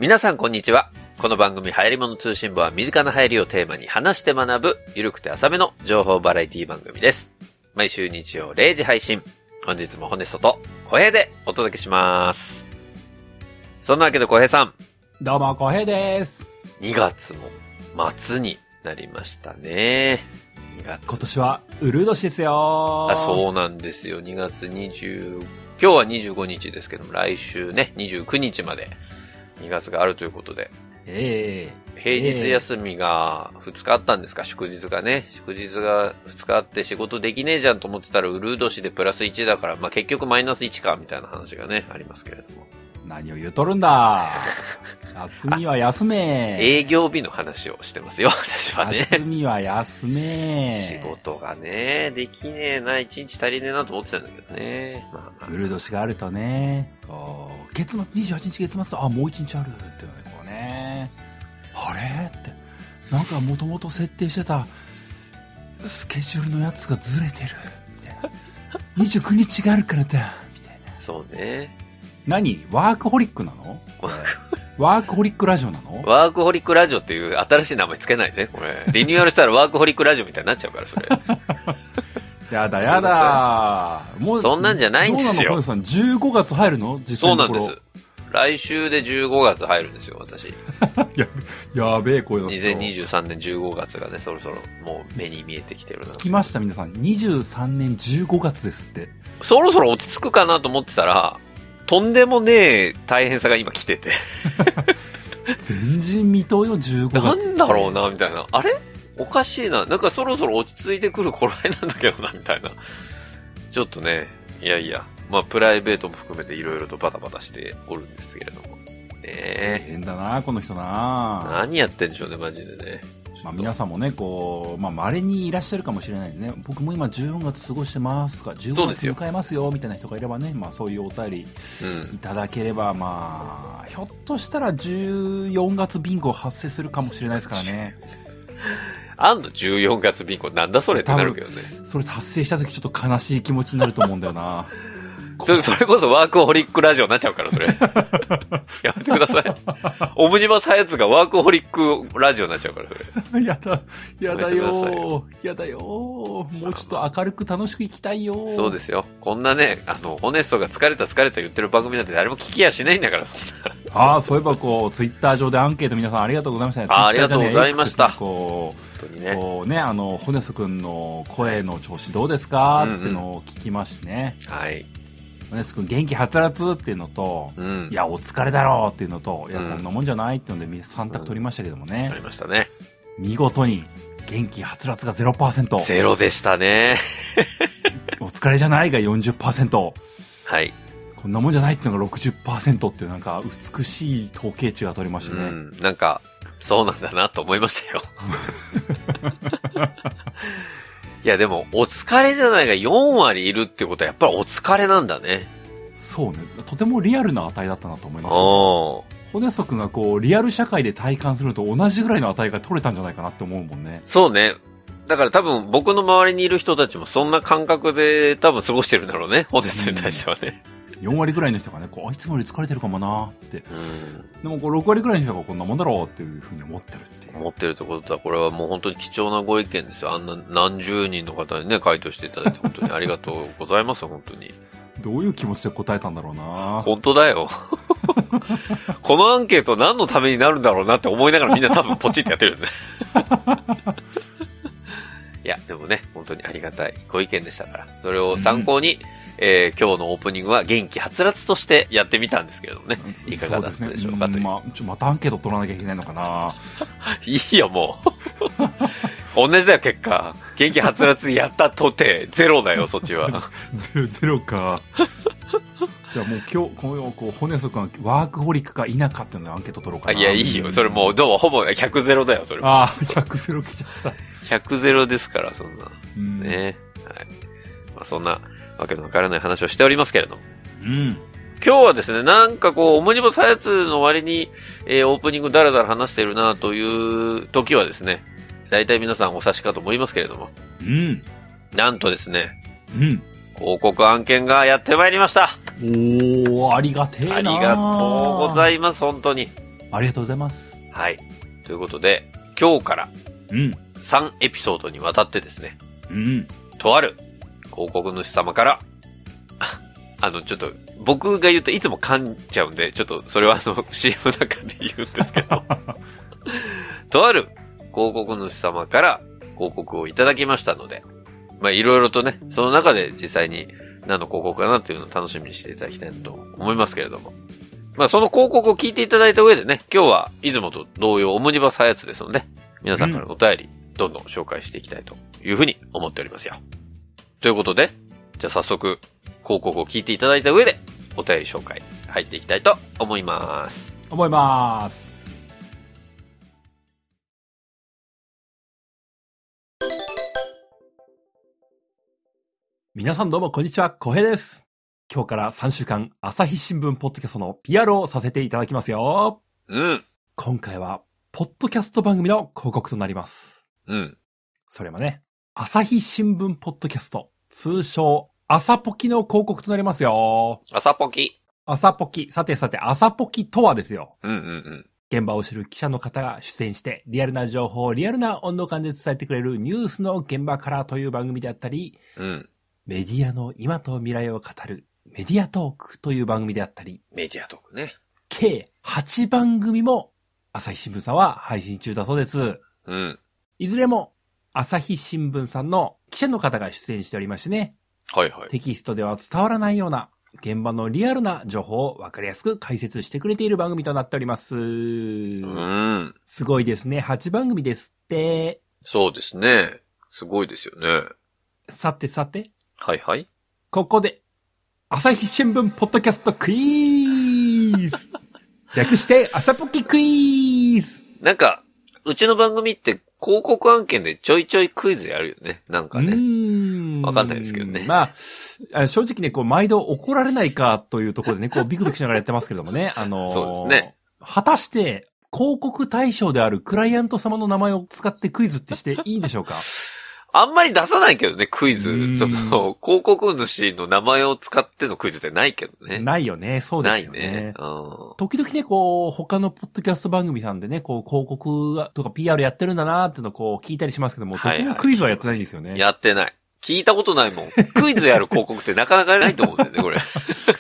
皆さんこんにちは。この番組流行り物通信簿は身近な流行りをテーマに話して学ぶゆるくて浅めの情報バラエティ番組です。毎週日曜0時配信。本日もホネストと小平でお届けします。そんなわけで小平さん。 どうも小平です。 2月も末になりましたね。 今年はウルー年ですよ。 そうなんですよ。2月20、今日は25日ですけども、来週ね、29日まで2月があるということで。平日休みが2日あったんですか、祝日がね。祝日が2日あって仕事できねえじゃんと思ってたらウルー年でプラス1だから、まあ、結局マイナス1か、みたいな話がね、ありますけれども。 何を言うとるんだ。休みは休め。 営業日の話をしてますよ、私はね。 休みは休め。 仕事がね、できねえな、1日足りねえなと思ってたんだけどね。 まあ、ウルー年があるとね、月末、28日月末、もう1日あるってこうね。あれって、なんかもともと設定してたスケジュールのやつがずれてる。みたいな。29日があるからだ。みたいな。 そうね。 何？ワークホリックなの？ワークホリックラジオなの？ ワークホリックラジオっていう新しい名前つけないで、これ。リニューアルしたらワークホリックラジオみたいになっちゃうから、それ。 やだやだ。もう、 そんなんじゃないんですよ。 どうなの？小西さん、15月入るの？実際のところ。 そうなんです。来週で15月入るんですよ、私。 やべえ声だった。 2023年15月がね、そろそろもう目に見えてきてるな。 聞きました、皆さん。23年15月ですって。 そろそろ落ち着くかなと思ってたら、とんでもねえ大変さが今来てて。 前人未到よ、15月。 なんだろうな、みたいな。あれおかしいな。なんかそろそろ落ち着いてくる頃合いなんだけどな、みたいな。ちょっとね、いやいや、まあプライベートも含めていろいろとバタバタしておるんですけれども。 変だな、この人な。 何やってんでしょうね、マジでね。 まあ皆さんもね、こう、まあ稀にいらっしゃるかもしれないんでね、僕も今14月過ごしてますとか、15月迎えますよ、みたいな人がいればね、まあそういうお便りいただければ、まあ、ひょっとしたら14月ビンゴ発生するかもしれないですからね。 あんの14月ビンゴなんだそれってなるけどね。 それ達成した時ちょっと悲しい気持ちになると思うんだよな。 それこそワークホリックラジオになっちゃうから、それ。やめてください。オムニバスハヤツがワークホリックラジオになっちゃうから、それ。やだよ。もうちょっと明るく楽しく生きたいよ。 そうですよ。こんなね、ホネストが疲れた言ってる番組なんて誰も聞きやしないんだから、そんな。そういえばこう、ツイッター上でアンケート皆さんありがとうございましたね。 ありがとうございました。 こうね、ホネスト君の声の調子どうですか、っていうのを聞きましてね。 はい。 ホネスト君元気はつらつっていうのと、いや、お疲れだろうっていうのと、いや、こんなもんじゃないっていうので、3択取りましたけどもね。 ありましたね。 見事に、元気はつらつが 0%。 ゼロでしたね。 お疲れじゃないが 40%。 はい。 こんなもんじゃないっていうのが 60% っていうなんか美しい統計値が取りましたね。 なんか、そうなんだなと思いましたよ。いやでも、お疲れじゃないが4割いるってことはやっぱりお疲れなんだね。 そうね。とてもリアルな値だったなと思いました、ね。ホネスト君がこう、リアル社会で体感するのと同じぐらいの値が取れたんじゃないかなって思うもんね。 そうね。だから多分僕の周りにいる人たちもそんな感覚で多分過ごしてるんだろうね。ホネストに対してはね。 4割ぐらいの人がね、こう、いつもより疲れてるかもなーって。でもこう、6割ぐらいの人がこんなもんだろうっていうふうに思ってるっていう。 思ってるってことだ。これはもう本当に貴重なご意見ですよ。あんな何十人の方にね、回答していただいて本当にありがとうございます、本当に。 どういう気持ちで答えたんだろうな。 本当だよ。このアンケート何のためになるんだろうなって思いながらみんな多分ポチってやってるよね。いや、でもね、本当にありがたいご意見でしたから、それを参考に、今日のオープニングは元気はつらつとしてやってみたんですけどね。いかがだったでしょうかという。 またアンケート取らなきゃいけないのかな。 いいよ、もう。同じだよ、結果。元気はつらつやったとて、ゼロだよ、そっちは。 ゼロか。じゃあもう今日、こう、ホネスト君はワークホリックか否かっていうのでアンケート取ろうかな。 いや、いいよ。それもう、どうもほぼ100ゼロだよ、それも。 100ゼロ来ちゃった。 100ゼロですから、そんな。ね。はい。まあ、そんな、わけのわからない話をしておりますけれども。今日はですね、なんかこう、オムニバスハヤツの割に、オープニングだらだら話しているなという時はですね、大体皆さんお察しかと思いますけれども。なんとですね、広告案件がやってまいりました。 ありがてえな。 ありがとうございます、本当に。 ありがとうございます。 はい。ということで、今日から3エピソードにわたってですね、とある広告主様から、ちょっと、僕が言うといつも噛んじゃうんで、ちょっとそれはCM の中で言うんですけど、とある広告主様から広告をいただきましたので、まあいろいろとね、その中で実際に何の広告かなっていうのを楽しみにしていただきたいと思いますけれども。まあその広告を聞いていただいた上でね、今日は出雲と同様オムニバスハヤツですので、皆さんからのお便り、どんどん紹介していきたいというふうに思っておりますよ。ということで、じゃあ早速、広告を聞いていただいた上で、お便り紹介入っていきたいと思います。 皆さんどうもこんにちは、小平です。今日から3週間、朝日新聞ポッドキャストの PR をさせていただきますよ。今回は、ポッドキャスト番組の広告となります。それもね、朝日新聞ポッドキャスト、通称、朝ポキの広告となりますよ。 朝ポキ。 朝ポキ。さて、朝ポキとはですよ。現場を知る記者の方が出演して、リアルな情報をリアルな温度感で伝えてくれるニュースの現場からという番組であったり、メディアの今と未来を語るメディアトークという番組であったり、 メディアトークね。 計8番組も朝日新聞さんは配信中だそうです。いずれも朝日新聞さんの記者の方が出演しておりましてね。テキストでは伝わらないような現場のリアルな情報をわかりやすく解説してくれている番組となっております。すごいですね。8番組ですって。 そうですね。すごいですよね。 さて。 ここで、朝日新聞ポッドキャストクイズ略して、朝ポキクイズ。 なんか、うちの番組って広告案件でちょいちょいクイズやるよね。なんかね。わかんないですけどね。 まあ、正直ね、毎度怒られないかというところでね、ビクビクしながらやってますけれどもね。 そうですね。 果たして、広告対象であるクライアント様の名前を使ってクイズってしていいんでしょうか？ あんまり出さないけどね、クイズ。広告主の名前を使ってのクイズってないけどね。 ないよね、そうですよね。ないね。時々ね、他のポッドキャスト番組さんでね、広告とか PR やってるんだなーっていうのを聞いたりしますけども、どこもクイズはやってないんですよね。 やってない。聞いたことないもん。クイズやる広告ってなかなかないと思うんだよね、これ。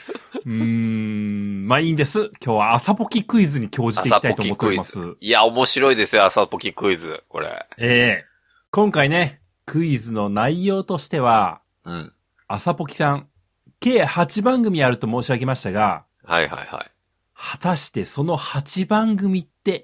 まあいいんです。今日は朝ポキクイズに興じていきたいと思っております。 いや、面白いですよ、朝ポキクイズ、これ。 今回ね、クイズの内容としては、朝ポキさん、計8番組あると申し上げましたが、果たしてその8番組って、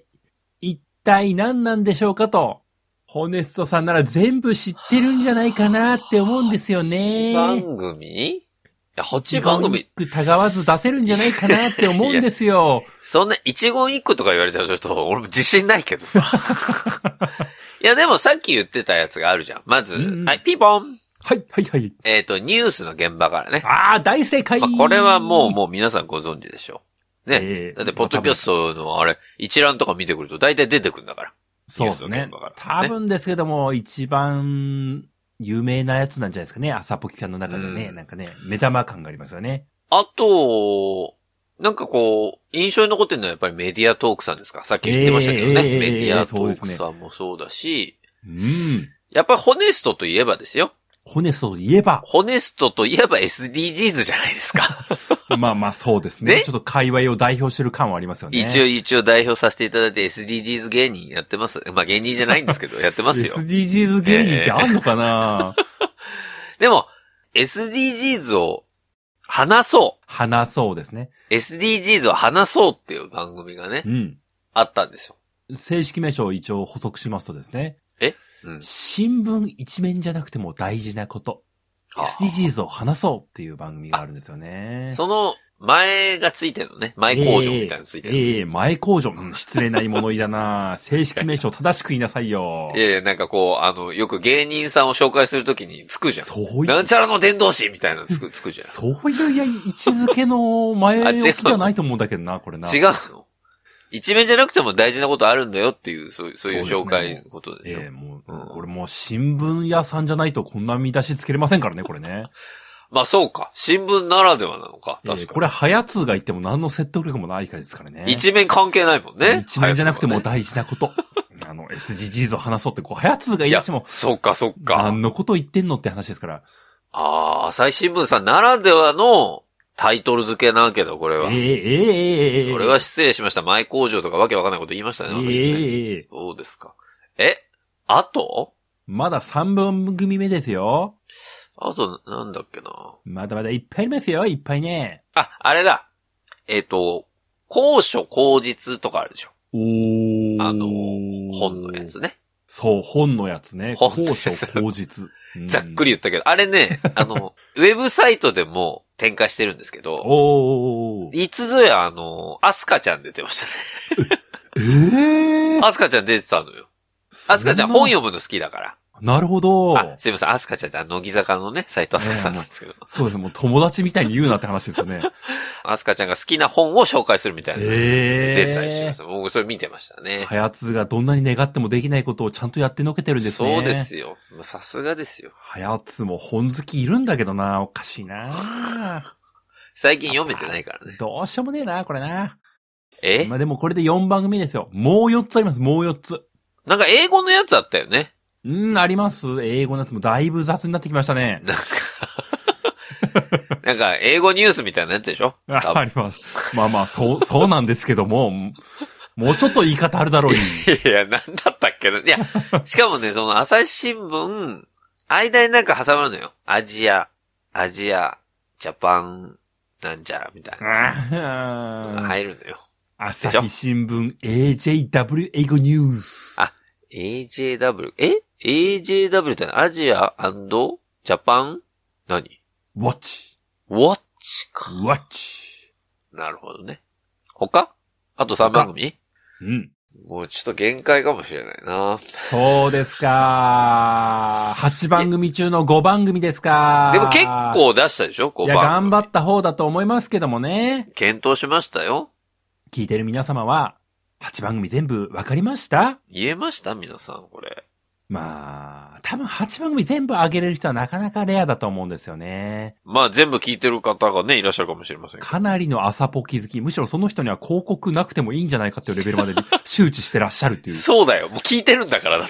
一体何なんでしょうかと、ホネストさんなら全部知ってるんじゃないかなって思うんですよね。 8番組？いや、8番組。 一句たがわず出せるんじゃないかなって思うんですよ。 そんな一言一句とか言われちゃうとちょっと俺も自信ないけどさ。いや、でもさっき言ってたやつがあるじゃん。まず、はい、ピーポン。 はい。 ニュースの現場からね。 大正解。 これはもう皆さんご存知でしょう。ね。だって、ポッドキャストの一覧とか見てくると大体出てくるんだから。 そうですね。多分ですけども、一番有名なやつなんじゃないですかね。朝ポキさんの中でね、なんかね、目玉感がありますよね。 あと、なんか印象に残ってるのはやっぱりメディアトークさんですか？さっき言ってましたけどね。メディアトークさんもそうだし、やっぱりホネストといえばですよ。 ホネストといえば SDGs じゃないですか。 まあそうですね。ちょっと界隈を代表してる感はありますよね。 一応代表させていただいて SDGs 芸人やってます。まあ芸人じゃないんですけど、やってますよ。 SDGs 芸人ってあんのかな、 でも、SDGs を話そうですね。 SDGs を話そうっていう番組がね、あったんですよ。 正式名称を一応補足しますとですね。新聞一面じゃなくても大事なこと。SDGs を話そうっていう番組があるんですよね。 その前がついてるのね。前工場みたいなのついてる。 前工場。失礼な物言いだな。正式名称正しく言いなさいよ。 なんかよく芸人さんを紹介するときにつくじゃん。なんちゃらの伝道師みたいなのつくじゃん。 そういう位置づけの前置きじゃないと思うんだけどな、これな。 違うの？一面じゃなくても大事なことあるんだよっていう、そういう紹介のことでしょ。 これもう新聞屋さんじゃないとこんな見出しつけれませんからね、これね。 まあそうか。新聞ならではなのか。確かに。 これ、ハヤツーが言っても何の説得力もないからですからね。 一面関係ないもんね。 一面じゃなくても大事なこと。SDGs を話そうって、ハヤツーが言い出しても。 そっか。 何のこと言ってんのって話ですから。 朝日新聞さんならではのタイトル付けなけど、これは。それは失礼しました。前工場とかわけわかんないこと言いましたね。そうですか。あとまだ3本組目ですよ。 あと、なんだっけな。 まだまだいっぱいありますよ、いっぱいね。 あれだ。高所高実とかあるでしょ。本のやつね。 そう、本のやつね。高所高実。 ざっくり言ったけど、あれね、ウェブサイトでも展開してるんですけど、いつぞや、アスカちゃん出てましたね。アスカちゃん出てたのよ。アスカちゃん本読むの好きだから。 なるほど。 すいません、アスカちゃんって乃木坂のね、斉藤アスカさんなんですけど。 そうです、もう友達みたいに言うなって話ですよね。 アスカちゃんが好きな本を紹介するみたいな。出てたりします。僕それ見てましたね。 ハヤツがどんなに願ってもできないことをちゃんとやってのけてるんですね。 そうですよ。さすがですよ。 ハヤツも本好きいるんだけどな、おかしいな。 最近読めてないからね。 どうしようもねえな、これな。 まあでもこれで4番組ですよ。もう4つあります、もう4つ。 なんか英語のやつあったよね。 あります。英語のやつもだいぶ雑になってきましたね。 なんか、英語ニュースみたいなやつでしょ？ あります。まあ、そうなんですけども、もうちょっと言い方あるだろうに。 いや、なんだったっけな。いや、しかもね、その朝日新聞、間になんか挟まるのよ。アジア、ジャパン、なんちゃら、みたいな。入るのよ。 朝日新聞、AJW 英語ニュース。 AJW、AJW ってアジア&ジャパン何？ ウォッチか。ウォッチ。 なるほどね。他？あと3番組？もうちょっと限界かもしれないな。 そうですか。8番組中の5番組ですか。 でも結構出したでしょ？ 5 番組。 いや、頑張った方だと思いますけどもね。 検討しましたよ。 聞いてる皆様は、8番組全部わかりました？ 言えました皆さん、これ。 まあ、多分8番組全部上げれる人はなかなかレアだと思うんですよね。 まあ全部聞いてる方がね、いらっしゃるかもしれませんけど。 かなりの朝ポキ好き。むしろその人には広告なくてもいいんじゃないかっていうレベルまでに周知してらっしゃるっていう。 そうだよ。もう聞いてるんだからだ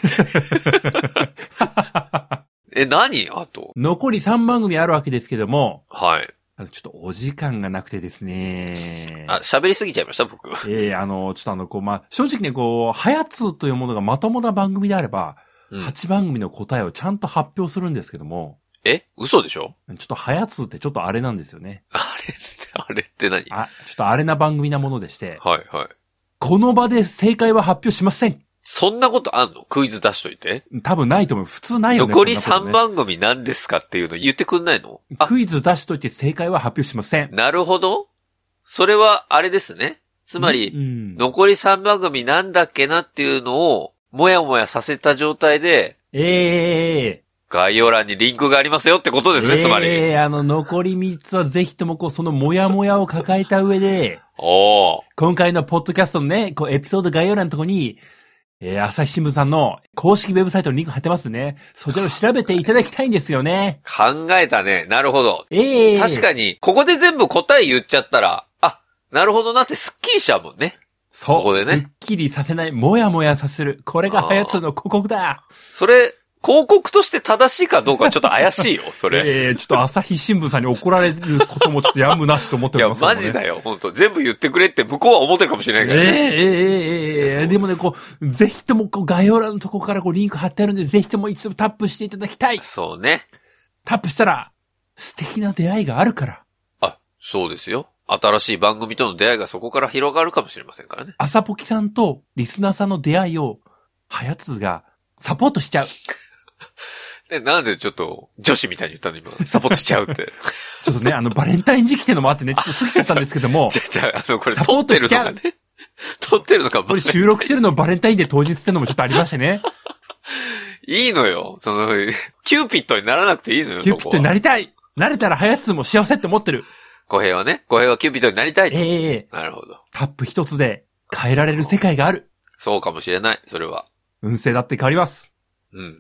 って。何？あと。 残り3番組あるわけですけども。 はい。 ちょっとお時間がなくてですね。 喋りすぎちゃいました僕。 ちょっと正直ね、ハヤツというものがまともな番組であれば、8番組の答えをちゃんと発表するんですけども。 嘘でしょ？ ちょっとハヤツってちょっとあれなんですよね。 あれって何？ ちょっとあれな番組なものでして。 はい。 この場で正解は発表しません。 そんなことあんの？クイズ出しといて。 多分ないと思う。普通ないよね。 残り3番組何ですかっていうの言ってくんないの？ クイズ出しといて正解は発表しません。 なるほど。それはあれですね。つまり、残り3番組なんだっけなっていうのを、もやもやさせた状態で、概要欄にリンクがありますよってことですね、つまり。 残り3つはぜひともそのもやもやを抱えた上で、今回のポッドキャストのね、エピソード概要欄のとこに、朝日新聞さんの公式ウェブサイトのリンク貼ってますね。そちらを調べていただきたいんですよね。 考えたね。なるほど。確かに、ここで全部答え言っちゃったら、なるほどなってスッキリしちゃうもんね。 そう。 ここでね。 スッキリさせない、もやもやさせる。これがハヤツの広告だ。 それ、広告として正しいかどうかちょっと怪しいよ、それ。 ちょっと朝日新聞さんに怒られることもちょっとやむなしと思っております、 いや、マジだよ、本当全部言ってくれって向こうは思ってるかもしれないからね。 でもね、ぜひとも概要欄のとこからリンク貼ってあるんで、ぜひとも一度タップしていただきたい。 そうね。 タップしたら、素敵な出会いがあるから。 そうですよ。新しい番組との出会いがそこから広がるかもしれませんからね。 朝ポキさんとリスナーさんの出会いを、ハヤツがサポートしちゃう。 なんでちょっと女子みたいに言ったの今、サポートしちゃうって。 ちょっとね、バレンタイン時期ってのもあってね、ちょっと過ぎちゃったんですけども。 これ撮ってるのがね。撮ってるのかこれ収録してるのバレンタインデー当日ってのもちょっとありましてね。 いいのよ。キューピッドにならなくていいのよ、 キューピッドになりたい。なれたらハヤツも幸せって思ってる。 小平はキューピッドになりたいと。なるほど。 タップ一つで変えられる世界がある。 そうかもしれない、それは。 運勢だって変わります。 うん。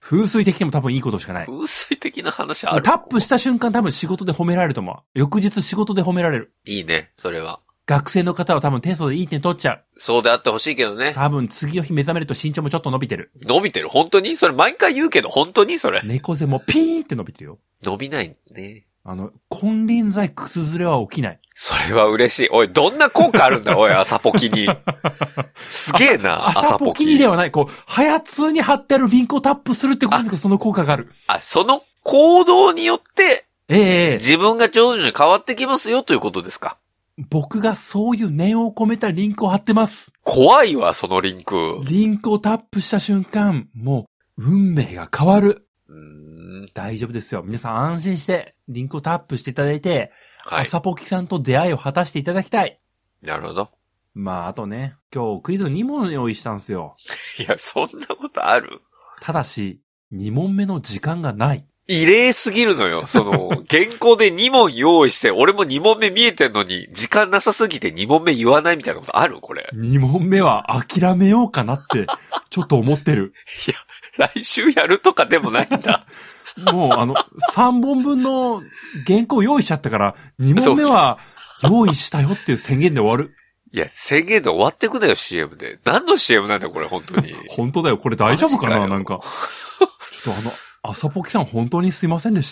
風水的にも多分いいことしかない。 風水的な話ある？ タップした瞬間多分仕事で褒められると思う。翌日仕事で褒められる。 いいね、それは。 学生の方は多分テストでいい点取っちゃう。 そうであってほしいけどね。 多分次の日目覚めると身長もちょっと伸びてる。 伸びてる？本当に？それ毎回言うけど本当にそれ。 猫背もピーって伸びてるよ。 伸びないね。 金輪際靴ずれは起きない。 それは嬉しい。おい、どんな効果あるんだおい、朝ポキに。すげえな、 朝ポキにではない。早通に貼ってあるリンクをタップするってことにその効果がある。 その行動によって、自分が徐々に変わってきますよということですか。 僕がそういう念を込めたリンクを貼ってます。 怖いわ、そのリンク。 リンクをタップした瞬間、もう、運命が変わる。大丈夫ですよ。皆さん安心して、リンクをタップしていただいて、はい、朝ポキさんと出会いを果たしていただきたい。 なるほど。 あとね、今日クイズ2問用意したんですよ。 いや、そんなことある？ ただし、2問目の時間がない。 異例すぎるのよ。原稿で2問用意して、俺も2問目見えてんのに、時間なさすぎて2問目言わないみたいなことある？これ。 2問目は諦めようかなって、ちょっと思ってる。 いや、来週やるとかでもないんだ。 もう3本分の原稿用意しちゃったから、2問目は用意したよっていう宣言で終わる。 いや、宣言で終わってくなよ、CM で。何の CM なんだよ、これ、本当に。 本当だよ、これ大丈夫かななんか。ちょっと朝ポキさん本当にすいませんでした。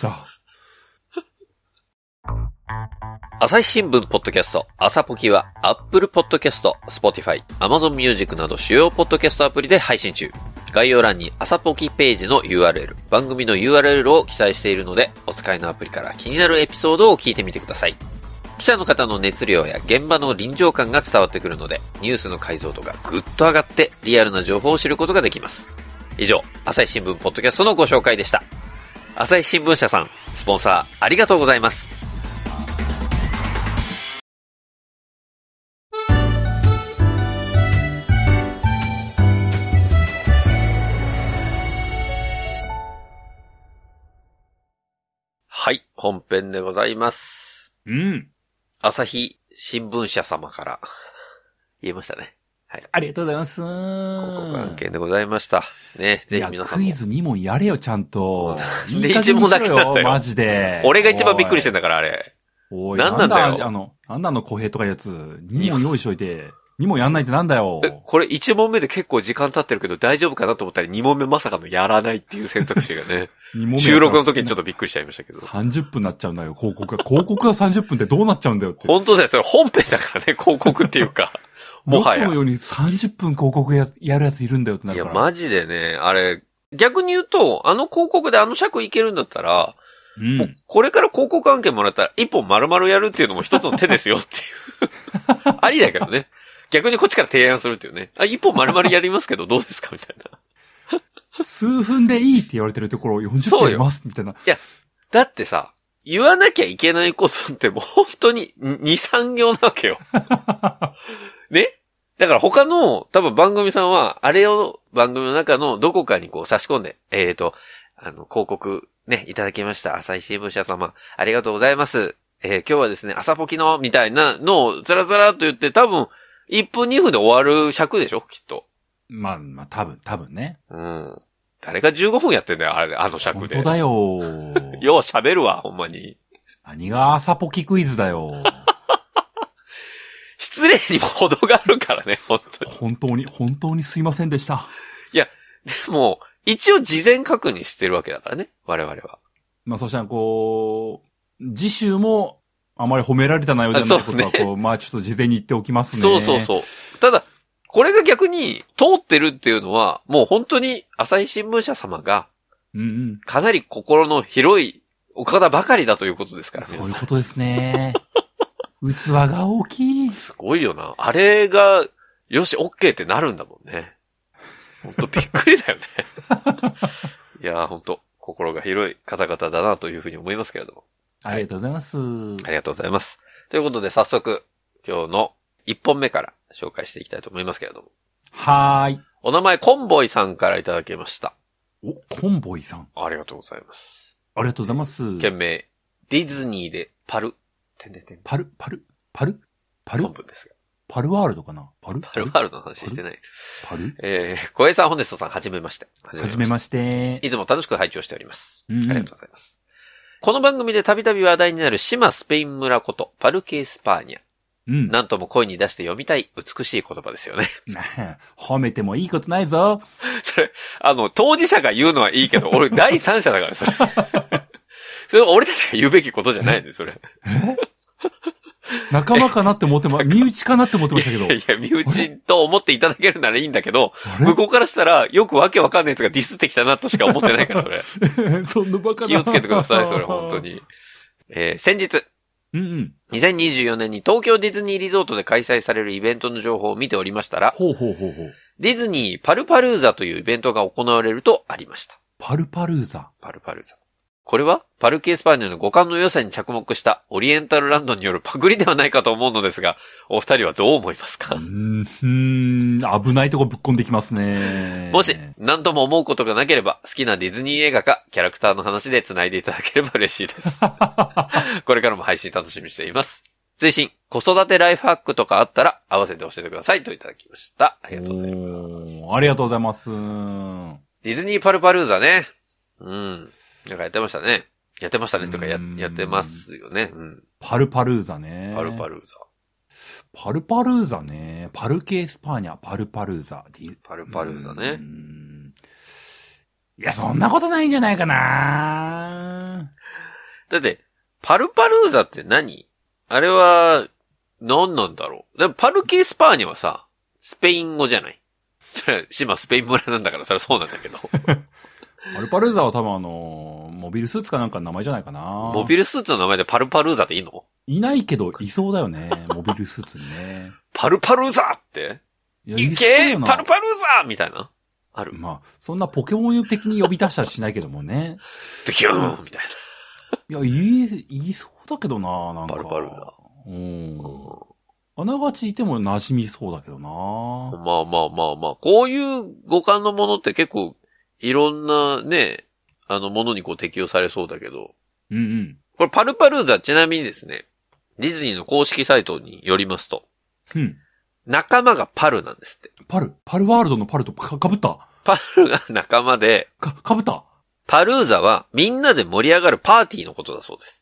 朝日新聞ポッドキャスト、朝ポキは、Apple Podcast、Spotify、Amazon Music など主要ポッドキャストアプリで配信中。概要欄に朝ポキページの URL、番組の URL を記載しているので、お使いのアプリから気になるエピソードを聞いてみてください。記者の方の熱量や現場の臨場感が伝わってくるので、ニュースの解像度がぐっと上がってリアルな情報を知ることができます。以上、朝日新聞ポッドキャストのご紹介でした。朝日新聞社さん、スポンサーありがとうございます。はい、本編でございます。朝日新聞社様から言えましたね。はい。 ありがとうございます。 広告案件でございました。ね、ぜひ皆さんも。 クイズ2問やれよ、ちゃんと。 で、1問だけだったよ。 マジで。 俺が一番びっくりしてんだから、あれ。 おい、 なんなんだよ。 なんだ小平とかやつ、2問用意しといて。2問やんないってなんだよ。 これ1問目で結構時間経ってるけど大丈夫かなと思ったら2問目まさかのやらないっていう選択肢がね。収録の時にちょっとびっくりしちゃいましたけど。 30分になっちゃうんだよ、広告が。広告が30分ってどうなっちゃうんだよって。 本当だよ、それ本編だからね、広告っていうか。もはや。 僕のように30分広告やるやついるんだよってなるから。 いや、マジでね、あれ、逆に言うと、広告で尺いけるんだったら、もうこれから広告案件もらったら1本丸々やるっていうのも一つの手ですよっていう。ありだけどね。逆にこっちから提案するっていうね。一本丸々やりますけどどうですかみたいな。 数分でいいって言われてるところを40分やりますみたいな。いや、だってさ、言わなきゃいけないことってもう本当に2、3行なわけよ。ね？だから他の多分番組さんは、あれを番組の中のどこかに差し込んで、広告ね、いただきました。朝日新聞社様、ありがとうございます。今日はですね、朝ポキの、みたいなのをザラザラと言って多分、1分2分で終わる尺でしょきっと。 まあ、多分ね。 誰が15分やってんだよ、あの尺で。 本当だよ。 よう喋るわ、ほんまに。 何が朝ポキクイズだよ。 失礼にも程があるからね、 本当にすいませんでした。 いや、でも、一応事前確認してるわけだからね、我々は。 まあ、そしたら次週も、あまり褒められた内容じゃないことは、ね、まあちょっと事前に言っておきますね。 そう。ただ、これが逆に通ってるっていうのは、もう本当に朝日新聞社様が、かなり心の広いお方ばかりだということですからね。 そういうことですね。器が大きい。 すごいよな。あれが、よし、OK ってなるんだもんね。ほんとびっくりだよね。いやーほんと、心が広い方々だなというふうに思いますけれども。 ありがとうございます。 ありがとうございます。ということで早速、今日の1本目から紹介していきたいと思いますけれども。 はーい。 お名前、コンボイさんからいただきました。 コンボイさん。 ありがとうございます。 ありがとうございます。 件名、ディズニーでパル。 パル。 本文ですが。 パルワールドかな？パルワールドの話してない。 パル小江さん、ホネストさん、はじめまして。 はじめまして。 いつも楽しく拝聴しております。ありがとうございます。この番組でたびたび話題になる島スペイン村ことパルケ・エスパーニャ。なんとも声に出して読みたい美しい言葉ですよね。 褒めてもいいことないぞ。 それ、当事者が言うのはいいけど、俺第三者だから、それ。それは俺たちが言うべきことじゃないんで、それ。 仲間かなって思って身内かなって思ってましたけど。 いや、身内と思っていただけるならいいんだけど、向こうからしたら、よくわけわかんないやつがディスってきたなとしか思ってないから、それ。 そんなバカな。 気をつけてください、それ、本当に。先日。2024年に東京ディズニーリゾートで開催されるイベントの情報を見ておりましたら、ディズニーパルパルーザというイベントが行われるとありました。 パルパルーザ。 これはパルケ・エスパーニャの五感の良さに着目したオリエンタルランドによるパクリではないかと思うのですが、お二人はどう思いますか？ 危ないとこぶっ込んできますね。 もし何とも思うことがなければ、好きなディズニー映画かキャラクターの話で繋いでいただければ嬉しいです。これからも配信楽しみにしています。追伸、子育てライフハックとかあったら合わせて教えてくださいといただきました。ありがとうございます。 ありがとうございます。 ディズニーパルパルーザね。なんかやってましたね。やってましたねとかやってますよね。 パルパルーザね。 パルパルーザね。パルケ・エスパーニャ、パルパルーザ。 パルパルーザね。 いや、そんなことないんじゃないかな。 だって、パルパルーザって何？あれは、何なんだろう。でもパルケ・エスパーニャはさ、スペイン語じゃない？それは、島スペイン村なんだからそれはそうなんだけど。 パルパルーザは多分モビルスーツかなんかの名前じゃないかな。 モビルスーツの名前でパルパルーザっていいの？ いないけど、いそうだよね。モビルスーツにね。 パルパルーザっていけーパルパルーザみたいなある。 まあ、そんなポケモン的に呼び出したりしないけどもね。 ドキューンみたいな。いや、言いそうだけどな、なんか。 パルパルーザ。 あながちいても馴染みそうだけどな。 まあ。こういう五感のものって結構、いろんなね、ものにこう適用されそうだけど。これパルパルーザちなみにですね、ディズニーの公式サイトによりますと。仲間がパルなんですって。 パルワールドのパルと被った。 パルが仲間で。 被った。 パルーザはみんなで盛り上がるパーティーのことだそうです。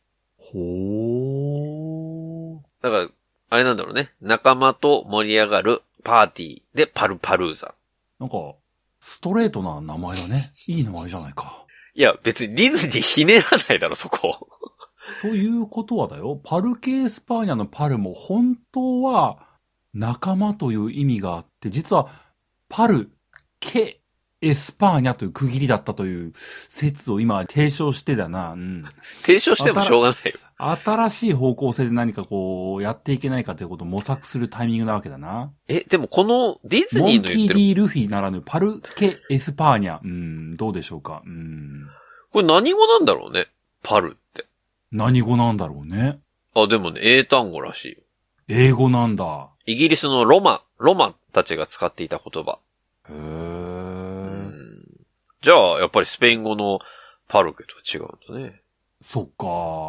だから、あれなんだろうね。仲間と盛り上がるパーティーでパルパルーザ。 なんか、ストレートな名前だね。いい名前じゃないか。 いや、別にディズニーひねらないだろ、そこ。 ということはだよ。パルケ・エスパーニャのパルも本当は仲間という意味があって、実はパルケ・エスパーニャという区切りだったという説を今提唱してだな。 提唱してもしょうがないよ。 新しい方向性で何かこうやっていけないかということを模索するタイミングなわけだな。 でもこのディズニーの言ってる。 モンキー・ディ・ルフィならぬパルケ・エスパーニャ。どうでしょうか。 これ何語なんだろうね。パルって。 何語なんだろうね。 でもね、英単語らしいよ。 英語なんだ。 イギリスのロマたちが使っていた言葉。じゃあ、やっぱりスペイン語のパルケとは違うんだね。 そっか。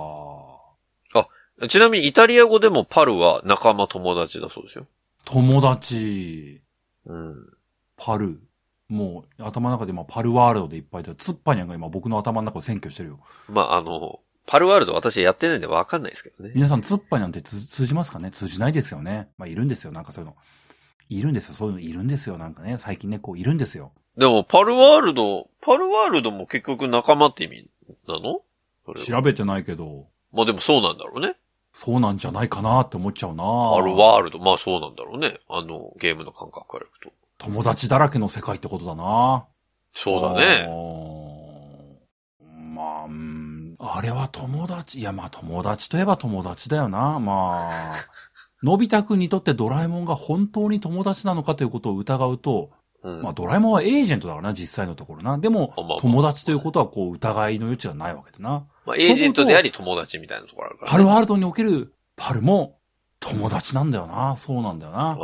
ちなみにイタリア語でもパルは仲間友達だそうですよ。 友達。パル。もう頭の中で今パルワールドでいっぱいで、ツッパニャンが今僕の頭の中を占拠してるよ。 パルワールド私やってないんでわかんないですけどね。 皆さんツッパニャンって通じますかね？通じないですよね。いるんですよ。なんかそういうの。いるんですよ。そういうのいるんですよ。なんかね、最近ね、こういるんですよ。 でも、パルワールドも結局仲間って意味なの？ 調べてないけど。 でもそうなんだろうね。 そうなんじゃないかなって思っちゃうな。 パルワールド、そうなんだろうね。ゲームの感覚からいくと。 友達だらけの世界ってことだな。 そうだね。 あれは友達。いや、友達といえば友達だよな。のび太くんにとってドラえもんが本当に友達なのかということを疑うと、ドラえもんはエージェントだからな、実際のところな。でも、友達ということはこう疑いの余地がないわけだな。 エージェントであり友達みたいなところあるから、ね。 パルワールドにおけるパルも友達なんだよな。そうなんだよな。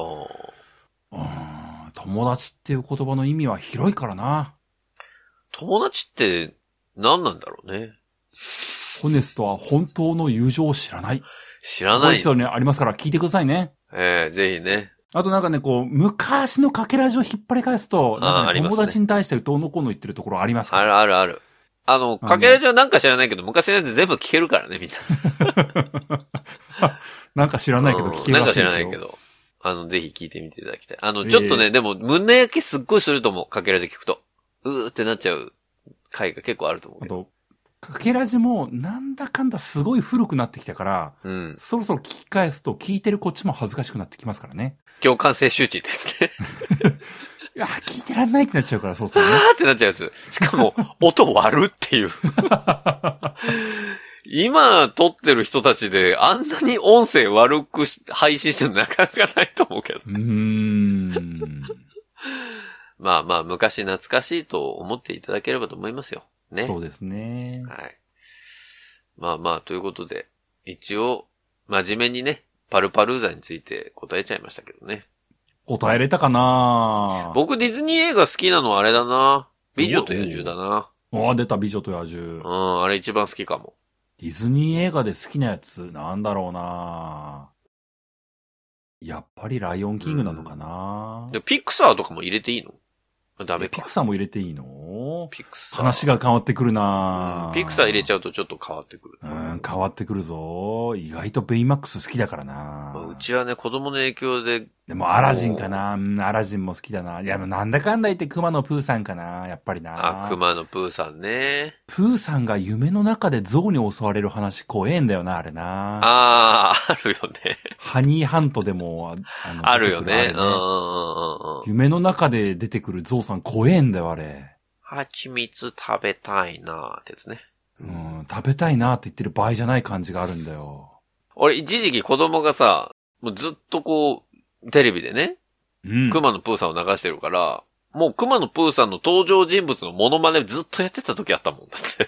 友達っていう言葉の意味は広いからな。 友達って何なんだろうね。 ホネストは本当の友情を知らない。 知らない。 こいつはね、ありますから聞いてくださいね。 ぜひね。 あとなんかね、こう、昔のかけラジを引っ張り返すと、なんかね、友達に対してどうのこうの言ってるところありますから。ある。かけラジはなんか知らないけど、昔のやつ全部聞けるからね、みんな。 なんか知らないけど聞けるらしいですよ。 なんか知らないけど。ぜひ聞いてみていただきたい。ちょっとね、でも、胸焼けすっごいすると思う、かけラジ聞くと。うーってなっちゃう回が結構あると思うけど。 かけラジも、なんだかんだすごい古くなってきたから、そろそろ聞き返すと、聞いてるこっちも恥ずかしくなってきますからね。 共感性周知ですね。 いや、聞いてらんないってなっちゃうから、そうそうね。 ってなっちゃうやつ。しかも、音割るっていう。今撮ってる人たちで、あんなに音声悪く配信してるのなかなかないと思うけど。まあ、昔懐かしいと思っていただければと思いますよ。ね。 そうですね。 はい。まあ、ということで、一応、真面目にね、パルパルーザについて答えちゃいましたけどね。 答えれたかな？ 僕ディズニー映画好きなのはあれだな。美女と野獣だな。 出た美女と野獣。 あれ一番好きかも。 ディズニー映画で好きなやつ、なんだろうな。やっぱりライオンキングなのかな。 ピクサーとかも入れていいの？ダメか。 ピクサーも入れていいの？ ピクサー。 話が変わってくるな、 ピクサー入れちゃうとちょっと変わってくる。 変わってくるぞ。意外とベイマックス好きだからな。 うちはね、子供の影響で。 でもアラジンかな。アラジンも好きだな。いや、なんだかんだ言って熊野プーさんかな。やっぱりな。 熊野プーさんね。 プーさんが夢の中で象に襲われる話怖えんだよな、あれな。 あるよね。 ハニーハントでも、 あるよね。 夢の中で出てくる象さん怖えんだよ、あれ。 蜂蜜食べたいなーってやつね。 食べたいなーって言ってる場合じゃない感じがあるんだよ。 俺、一時期子供がさ、もうずっとこう、テレビでね、熊野プーさんを流してるから、もう熊野プーさんの登場人物のモノマネずっとやってた時あったもんだって。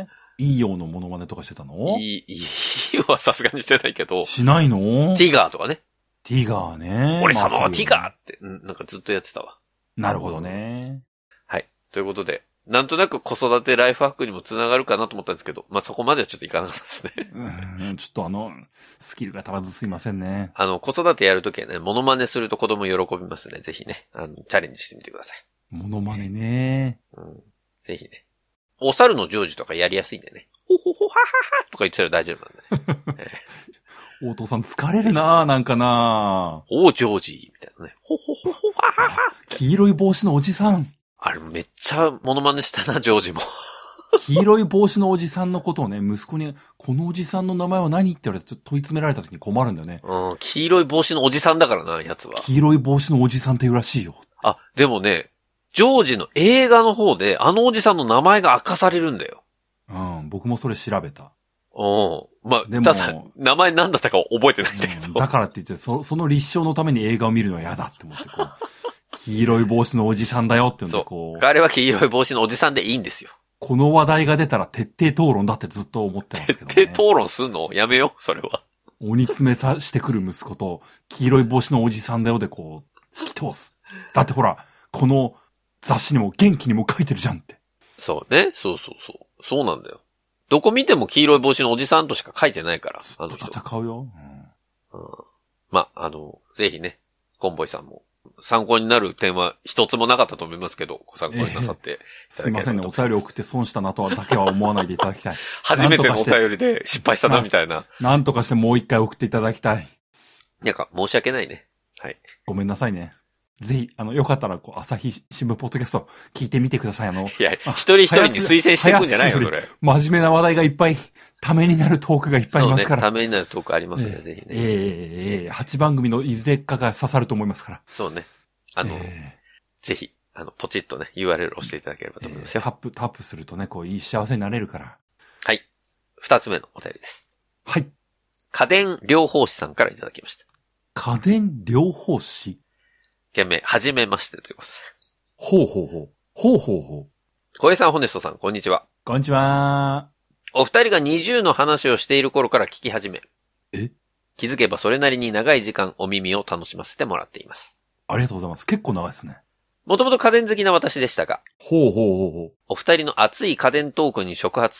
いいようのモノマネとかしてたの？ いいはさすがにしてないけど。 しないの？ ティガーとかね。 ティガーね。 俺様はティガーって、なんかずっとやってたわ。 なるほどね。 はい。ということで、なんとなく子育てライフハックにもつながるかなと思ったんですけど、まあ、そこまではちょっといかなかったですね。 ちょっとスキルが足らずすいませんね。 子育てやるときはね、モノマネすると子供喜びますね。ぜひね、チャレンジしてみてください。 モノマネね。 ぜひね。お猿のジョージとかやりやすいんでね。ほほほはははとか言ってたら大丈夫なんでね。 お父さん疲れるなぁ、なんかなぁ。 おージョージみたいなね。ほほほほははは。 黄色い帽子のおじさん。 あれめっちゃモノマネしたな、ジョージも。 黄色い帽子のおじさんのことをね、息子に、このおじさんの名前は何って言われて問い詰められた時に困るんだよね。 黄色い帽子のおじさんだからな、やつは。 黄色い帽子のおじさんって言うらしいよ。 でもね、ジョージの映画の方で、おじさんの名前が明かされるんだよ。 僕もそれ調べた。 まあ、でも、ただ、名前何だったか覚えてないんだけど。 だからって言って、その立証のために映画を見るのは嫌だって思って、こう、黄色い帽子のおじさんだよって言うんで、こう。 彼は黄色い帽子のおじさんでいいんですよ。 この話題が出たら徹底討論だってずっと思ってますけどね。 徹底討論すんのやめよう、それは。 鬼詰めさしてくる息子と、黄色い帽子のおじさんだよでこう、突き通す。だってほら、この雑誌にも元気にも書いてるじゃんって。 そうね。そうなんだよ。どこ見ても黄色い帽子のおじさんとしか書いてないから。 戦うよ。 まあ、ぜひね、コンボイさんも参考になる点は一つもなかったと思いますけど、ご参考になさってすいませんね、お便り送って損したなとはだけは思わないでいただきたい。 初めてのお便りで失敗したなみたいな。 なんとかしてもう一回送っていただきたい。 なんか申し訳ないね。はい。 ごめんなさいね。ぜひ、よかったら、朝日新聞ポッドキャスト聞いてみてください。 いや、一人一人に推薦していくんじゃないよ、それ。 真面目な話題がいっぱい、ためになるトークがいっぱいありますから。 そうね、ためになるトークありますね、ぜひね。 8番組のいずれかが刺さると思いますから。 そうね。ぜひ、ポチッとね、URL 押していただければと思いますよ。 タップするとね、こう、いい幸せになれるから。 はい。2つ目のお便りです。 はい。 家電療法士さんからいただきました。 家電療法士？ 件名、はじめましてということで。 ほうほうほう。ほうほうほう。 小江さん、ホネストさん、こんにちは。 こんにちは。 お二人が20の話をしている頃から聞き始め。気づけばそれなりに長い時間お耳を楽しませてもらっています。 ありがとうございます。結構長いですね。 もともと家電好きな私でしたが。 ほうほうほうほう。 お二人の熱い家電トークに触発され、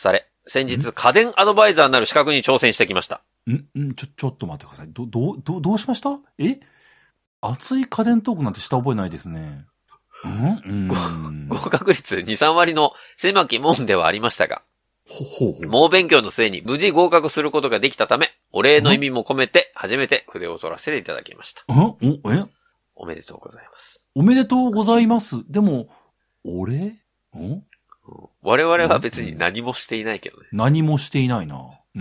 先日家電アドバイザーになる資格に挑戦してきました。 ちょっと待ってください。どうしました？熱い家電トークなんてした覚えないですね。 合格率2、3割の狭き門ではありましたが、猛勉強の末に無事合格することができたため、お礼の意味も込めて初めて筆を取らせていただきました。おめでとうございます。 おめでとうございます。でも、 我々は別に何もしていないけどね。 何もしていないな。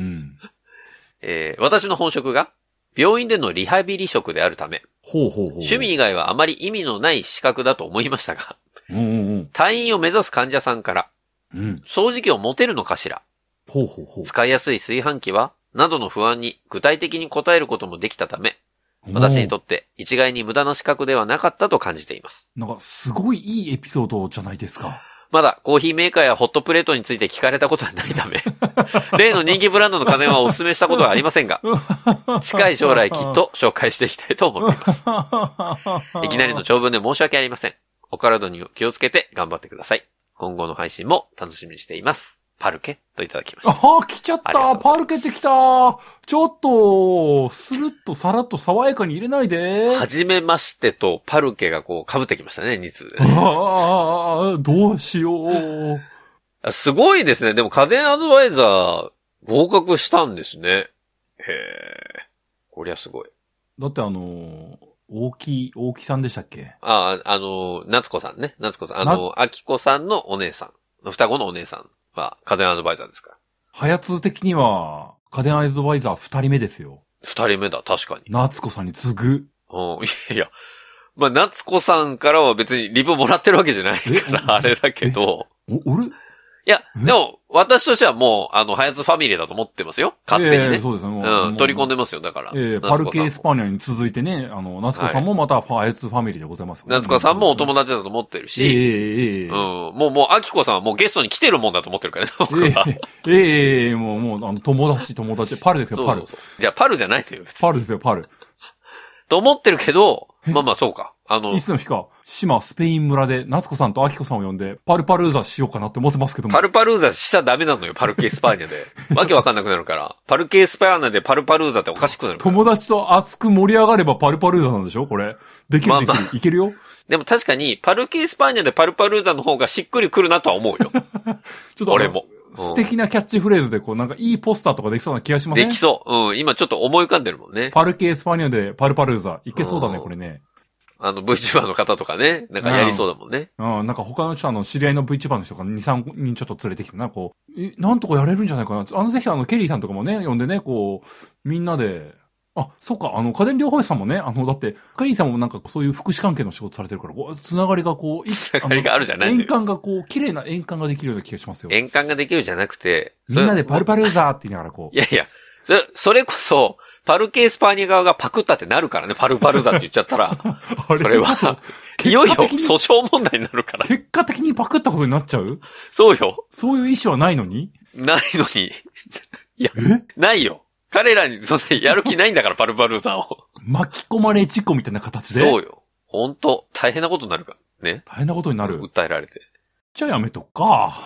私の本職が病院でのリハビリ職であるため、趣味以外はあまり意味のない資格だと思いましたが、退院を目指す患者さんから、掃除機を持てるのかしら、使いやすい炊飯器はなどの不安に具体的に答えることもできたため、私にとって一概に無駄な資格ではなかったと感じています。 なんかすごいいいエピソードじゃないですか。 まだコーヒーメーカーやホットプレートについて聞かれたことはないため、例の人気ブランドの家電はお勧めしたことはありませんが、近い将来きっと紹介していきたいと思っています。いきなりの長文で申し訳ありません。お体に気をつけて頑張ってください。今後の配信も楽しみにしています。パルケといただきました。 来ちゃった。パルケってきた。ちょっと、スルッとさらっと爽やかに入れないで。 はじめましてとパルケがこう被ってきましたね、2通で、ね。 どうしよう。 すごいですね。でも家電アドバイザー合格したんですね。へえ。こりゃすごい。 だって大木さんでしたっけ？ 夏子さんね。夏子さん。秋子さんのお姉さん。双子のお姉さん。家電アドバイザーですか？ はやつ的には、家電アドバイザー2人目ですよ。 2人目だ、確かに。 夏子さんに次ぐ。 いや、夏子さんからは別にリプもらってるわけじゃないから、あれだけど。 俺？ いや、でも、私としてはもう、はやつファミリーだと思ってますよ。勝手にね。 そうですね。 取り込んでますよ、だから。 パルケ・エスパーニャに続いてね、夏子さんもまたはやつファミリーでございますよね。 夏子さんもお友達だと思ってるし、もう、秋子さんはもうゲストに来てるもんだと思ってるからね、僕は。 もう、友達、パルですよ、パル。 じゃあ、パルじゃないという。 パルですよ、パル。 と思ってるけど、そうか。 いつの日か、島スペイン村で夏子さんと秋子さんを呼んで、パルパルーザしようかなって思ってますけども。 パルパルーザしちゃダメなのよ、パルケ・スパーニャで。わけわかんなくなるから。パルケ・スパーニャでパルパルーザっておかしくなるから。 友達と熱く盛り上がればパルパルーザなんでしょこれ。できる。いけるよ。 でも確かに、パルケ・スパーニャでパルパルーザの方がしっくりくるなとは思うよ。ちょっと俺も。 素敵なキャッチフレーズでなんかいいポスターとかできそうな気がしません？ できそう。今ちょっと思い浮かんでるもんね。 パルケ・エスパーニャでパルパルーザ。いけそうだね、これね。 VTuber の方とかね、なんかやりそうだもんね。 なんか他の人知り合いの VTuber の人が2、3人ちょっと連れてきてなんとかやれるんじゃないかな。ぜひケリーさんとかもね、呼んでね、みんなで、そうか、家電療法士さんもね、だって、ケリーさんもなんかそういう福祉関係の仕事されてるから、つながりがつながりがあるじゃない円環が綺麗な円環ができるような気がしますよ。 円環ができるじゃなくて、 みんなでパルパルーザーって言いながらいやいや、それこそ、パルケ・エスパーニャ側がパクったってなるからね、パルパルーザって言っちゃったら。それは、いよいよ訴訟問題になるから。 結果的にパクったことになっちゃう？ そうよ。 そういう意思はないのに？ ないのに。いや、ないよ。彼らにそんなやる気ないんだから、パルパルーザを。 巻き込まれ事故みたいな形で。 そうよ。ほんと、大変なことになるからね。 大変なことになる。 訴えられて。 じゃあやめとくか。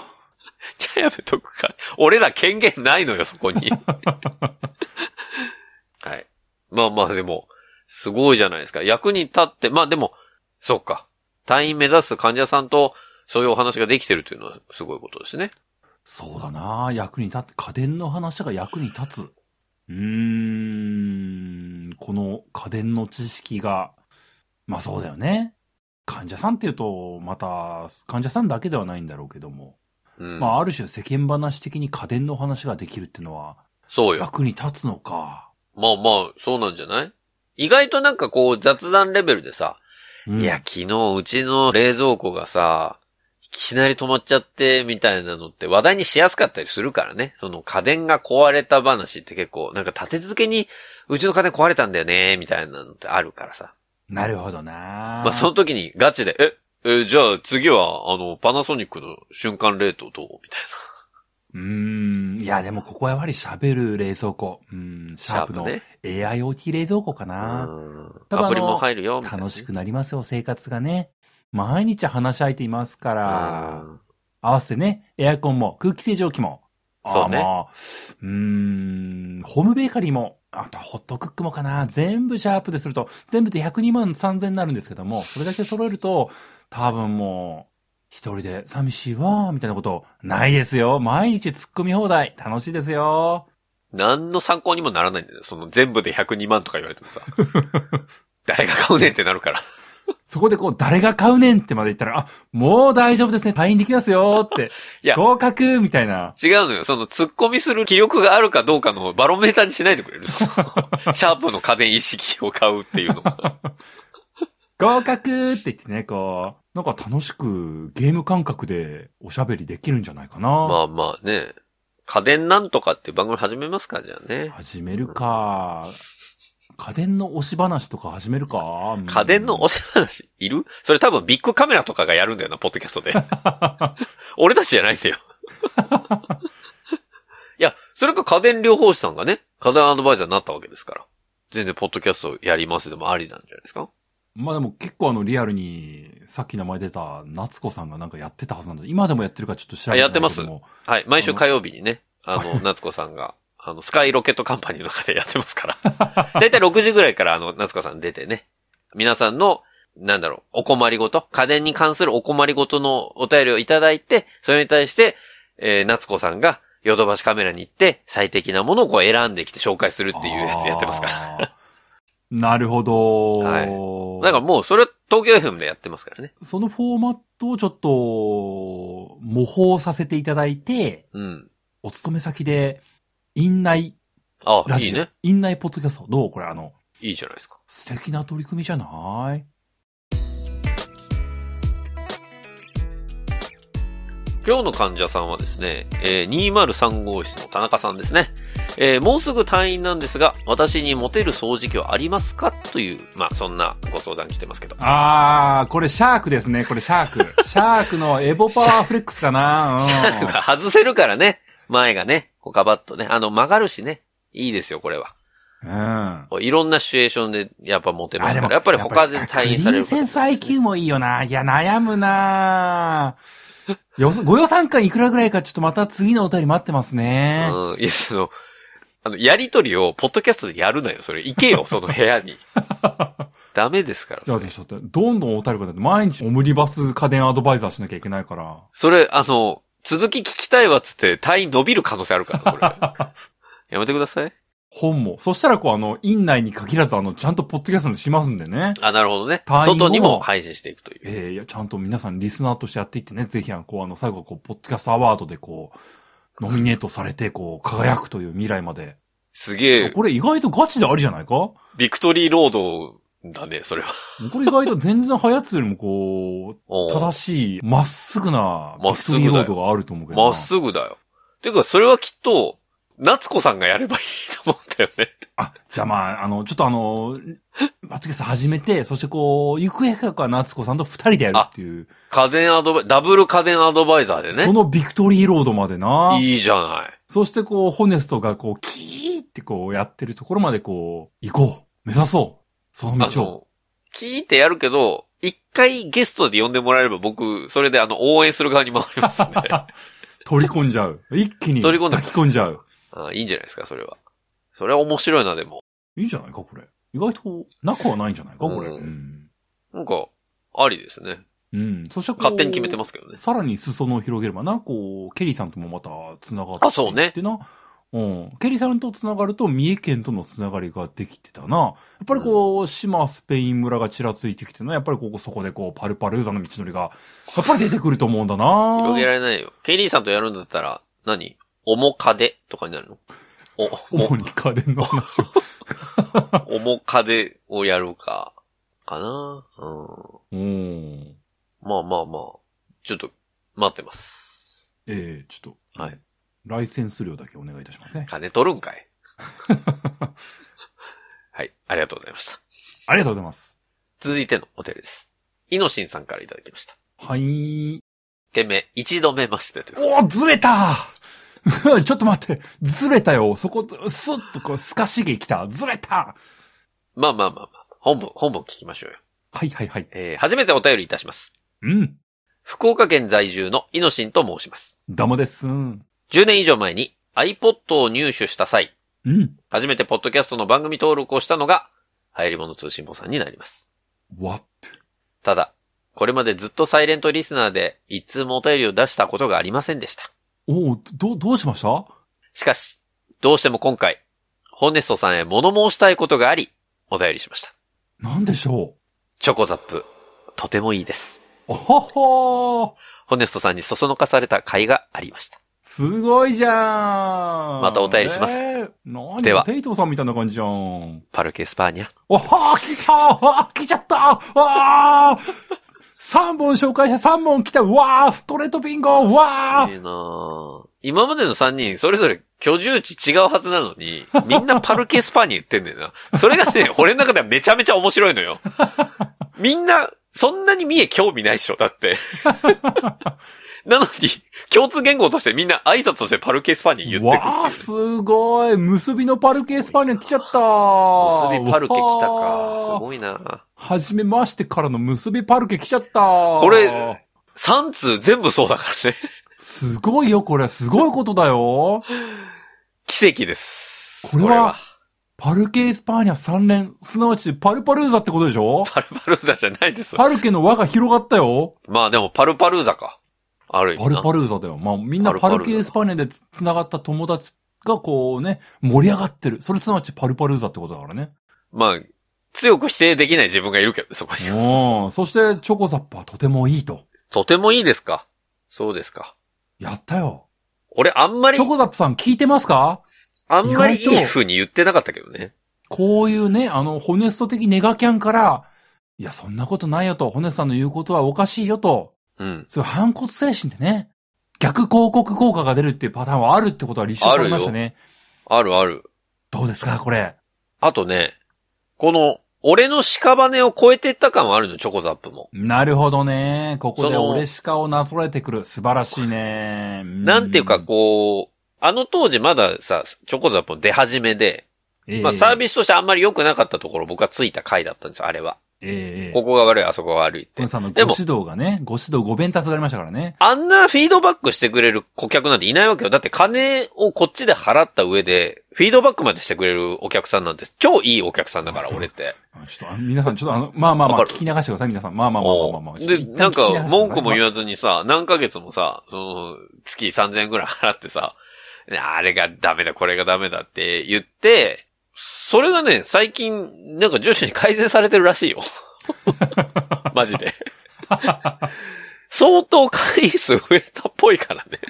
俺ら権限ないのよ、そこに。はい。でも、すごいじゃないですか。役に立って、でも、そうか。退院目指す患者さんと、そういうお話ができてるというのはすごいことですね。 そうだな、役に立って、家電の話が役に立つ。この家電の知識が、そうだよね。患者さんっていうと、また、患者さんだけではないんだろうけども。ある種世間話的に家電の話ができるっていうのは、 そうよ。 役に立つのか。 そうなんじゃない？意外となんか雑談レベルでさ、いや、昨日うちの冷蔵庫がさ、いきなり止まっちゃって、みたいなのって話題にしやすかったりするからね。その家電が壊れた話って結構、なんか立て続けに、うちの家電壊れたんだよね、みたいなのってあるからさ。 なるほどな。 その時にガチで、じゃあ次は、パナソニックの瞬間冷凍どうみたいな。 いや、でもここはやはり喋る冷蔵庫。シャープの AIoT 冷蔵庫かな。 アプリも入るよ。 楽しくなりますよ、生活がね。毎日話し相手いますから。合わせてね、エアコンも空気清浄機もそうね。 ホームベーカリーも、あとホットクックもかな。全部シャープですると、全部で102万3000になるんですけども、それだけ揃えると、多分もう、一人で寂しいわ、みたいなことないですよ。毎日突っ込み放題。楽しいですよ。 何の参考にもならないんだよ。その全部で102万とか言われてもさ。誰が買うねんってなるから。 そこでこう、誰が買うねんってまで言ったら、あ、もう大丈夫ですね。退院できますよって。いや、合格みたいな。 違うのよ。その突っ込みする気力があるかどうかのバロメーターにしないでくれる。シャープの家電一式を買うっていうの。 合格って言ってね、こう、なんか楽しくゲーム感覚でおしゃべりできるんじゃないかな。 まあまあね。家電なんとかっていう番組始めますか、じゃあね。 始めるか。家電の推し話とか始めるか。 家電の推し話いる？それ多分ビッグカメラとかがやるんだよな、ポッドキャストで。俺たちじゃないんだよ。いや、それか家電療法士さんがね、家電アドバイザーになったわけですから。全然ポッドキャストやりますでもありなんじゃないですか？ まあでも結構リアルに、さっき名前出た夏子さんがなんかやってたはずなんだ。今でもやってるかちょっと調べてないけども。 やってます。はい。毎週火曜日にね、夏子さんが、スカイロケットカンパニーの中でやってますから。だいたい6時ぐらいから夏子さん出てね、皆さんの、お困りごと、家電に関するお困りごとのお便りをいただいて、それに対して、夏子さんがヨドバシカメラに行って最適なものをこう選んできて紹介するっていうやつやってますから。 なるほど。 はい。なんかもうそれ東京 FM でやってますからね。 そのフォーマットをちょっと模倣させていただいて、 うん。 お勤め先で院内ラジオ、いいね。院内ポッドキャストどうこれいいじゃないですか。 素敵な取り組みじゃない？ 今日の患者さんはですね、203号室の田中さんですね。もうすぐ退院なんですが、私に持てる掃除機はありますかという、まあそんなご相談来てますけど。 これシャークですね。これシャーク。シャークのエボパワーフレックスかな。 シャークが外せるからね。前がね、ガバッとね。曲がるしね。いいですよ、これは。いろんなシチュエーションでやっぱ持てますから。やっぱり他で退院される、 クリーンセンス IQ もいいよな。いや、悩むなご予算感いくらぐらいかちょっとまた次のお便り待ってますね。 いや、やりとりをポッドキャストでやるなよ。それ行けよ、その部屋に。ダメですから。 いや、ちょっと、どんどんお便りが出て、毎日オムニバス家電アドバイザーしなきゃいけないから。 それ、続き聞きたいわっつって退院伸びる可能性あるから、これ。やめてください。 本も。そしたら院内に限らずちゃんとポッドキャストにしますんでね。 なるほどね。外にも配信していくという。いや、ちゃんと皆さんリスナーとしてやっていってね、ぜひ最後ポッドキャストアワードでノミネートされて輝くという未来まで。 すげえ。 これ意外とガチでありじゃないか？ ビクトリーロードだね、それは。 これ意外と全然ハヤツよりも正しい、まっすぐなビクトリーロードがあると思うけどな。 まっすぐだよ。てか、それはきっと、夏子さんがやればいいと思ったよね。 じゃあまあ、ちょっとバッドキャスト始めて、そして行方深くは夏子さんと二人でやるっていう。 ダブル家電アドバイザーでね。 そのビクトリーロードまでな。 いいじゃない。 そしてホネストがキーってやってるところまで行こう。目指そう。その道を。 キーってやるけど、一回ゲストで呼んでもらえれば僕、それで応援する側に回りますんで。 取り込んじゃう。一気に抱き込んじゃう。 いいんじゃないですか、それは。それは面白いな、でも。 いいんじゃないか、これ。意外と、なくはないんじゃないか、これ。 なんか、ありですね。 そして勝手に決めてますけどね。 さらに裾野を広げればケリーさんともまた繋がっていってそうね。 ケリーさんと繋がると三重県との繋がりができてたな。やっぱり島スペイン村がちらついてきてな。やっぱりそこでパルパルーザの道のりが、やっぱり出てくると思うんだな。 広げられないよ。ケリーさんとやるんだったら、重家電とかになるの？ 主に家電の話を。 重家電をやるかな。まあ。ちょっと、待ってます。 ちょっと。 はい。 ライセンス料だけお願いいたしますね。 金取るんかい。はい。ありがとうございました。 ありがとうございます。 続いてのお便りです。イノシンさんからいただきました。 はい。 件名、一度目ましてという。 ずれたちょっと待って。ずれたよ。そこ、スッとスカシゲ来た。ずれたまあ。本文聞きましょうよ。 はい。 初めてお便りいたします。福岡県在住のイノシンと申します。 どうもです。 10年以上前に iPod を入手した際、 うん。 初めてポッドキャストの番組登録をしたのが、流行り物通信簿さんになります。 What? ただ、これまでずっとサイレントリスナーで一通もお便りを出したことがありませんでした。 おお、どうしました？ しかし、どうしても今回、ホネストさんへ物申したいことがあり、お便りしました。 なんでしょう？ チョコザップ、とてもいいです。 おほほー。 ホネストさんにそそのかされた回がありました。 すごいじゃん。 またお便りします。 では、テイトーさんみたいな感じじゃん。 パルケ・スパーニャ。 おはー、来たー、来ちゃったー、3本紹介して3本来た、うわー、ストレートビンゴ、うわー。 いいなー。今までの3人、それぞれ居住地違うはずなのに、みんなパルケ・スパーニャ言ってんだよな。それがね、俺の中ではめちゃめちゃ面白いのよ。みんな、そんなに三重興味ないっしょ、だって。なのに、共通言語としてみんな挨拶としてパルケ・スパーニャ言ってくるっていう、ね。 わー、すごい。結びのパルケ・スパーニャ来ちゃった。 結びパルケ来たか。すごいな。 はじめましてからの結びパルケ来ちゃった。 これ、3通全部そうだからね。 すごいよ、これ。すごいことだよ。 奇跡です。 これは、パルケ・スパーニャ3連、すなわちパルパルーザってことでしょ？ パルパルーザじゃないです。 パルケの輪が広がったよ。 まあでもパルパルーザか。ある意味な。 パルパルーザだよ。まあみんなパルケ・スパーニャで繋がった友達がこうね、盛り上がってる。それすなわちパルパルーザってことだからね。 まあ、強く否定できない自分がいるけどね、そこに。 そしてチョコザップはとてもいいと。 とてもいいですか？そうですか。 やったよ。 俺あんまり。 チョコザップさん聞いてますか？ あんまりいい風に言ってなかったけどね。 こういうね、ホネスト的ネガキャンから、いや、そんなことないよと、ホネストさんの言うことはおかしいよと、 うん。 そういう反骨精神でね、逆広告効果が出るっていうパターンはあるってことは立証されましたね。 あるある。 どうですか、これ。 あとね、この、俺の屍を超えていった感はあるの、チョコザップも。 なるほどね。ここで俺鹿をなぞらえてくる。素晴らしいね。 なんていうか、こう、あの当時まださ、チョコザップの出始めで、まあサービスとしてあんまり良くなかったところ僕はついた回だったんですよ、あれは。ここが悪い、あそこが悪いって。 さんのご指導がね、ご指導ご鞭達がありましたからね。 あんなフィードバックしてくれる顧客なんていないわけよ。だって金をこっちで払った上で、フィードバックまでしてくれるお客さんなんて超いいお客さんだから、俺って。 ちょっと、皆さんちょっとまあ、聞き流してください、皆さん。まあ。 で、なんか、文句も言わずにさ、何ヶ月もさ、月3000円ぐらい払ってさ、あれがダメだ、これがダメだって言って、それがね、最近、なんか徐々に改善されてるらしいよ。マジで。相当会員数増えたっぽいからね。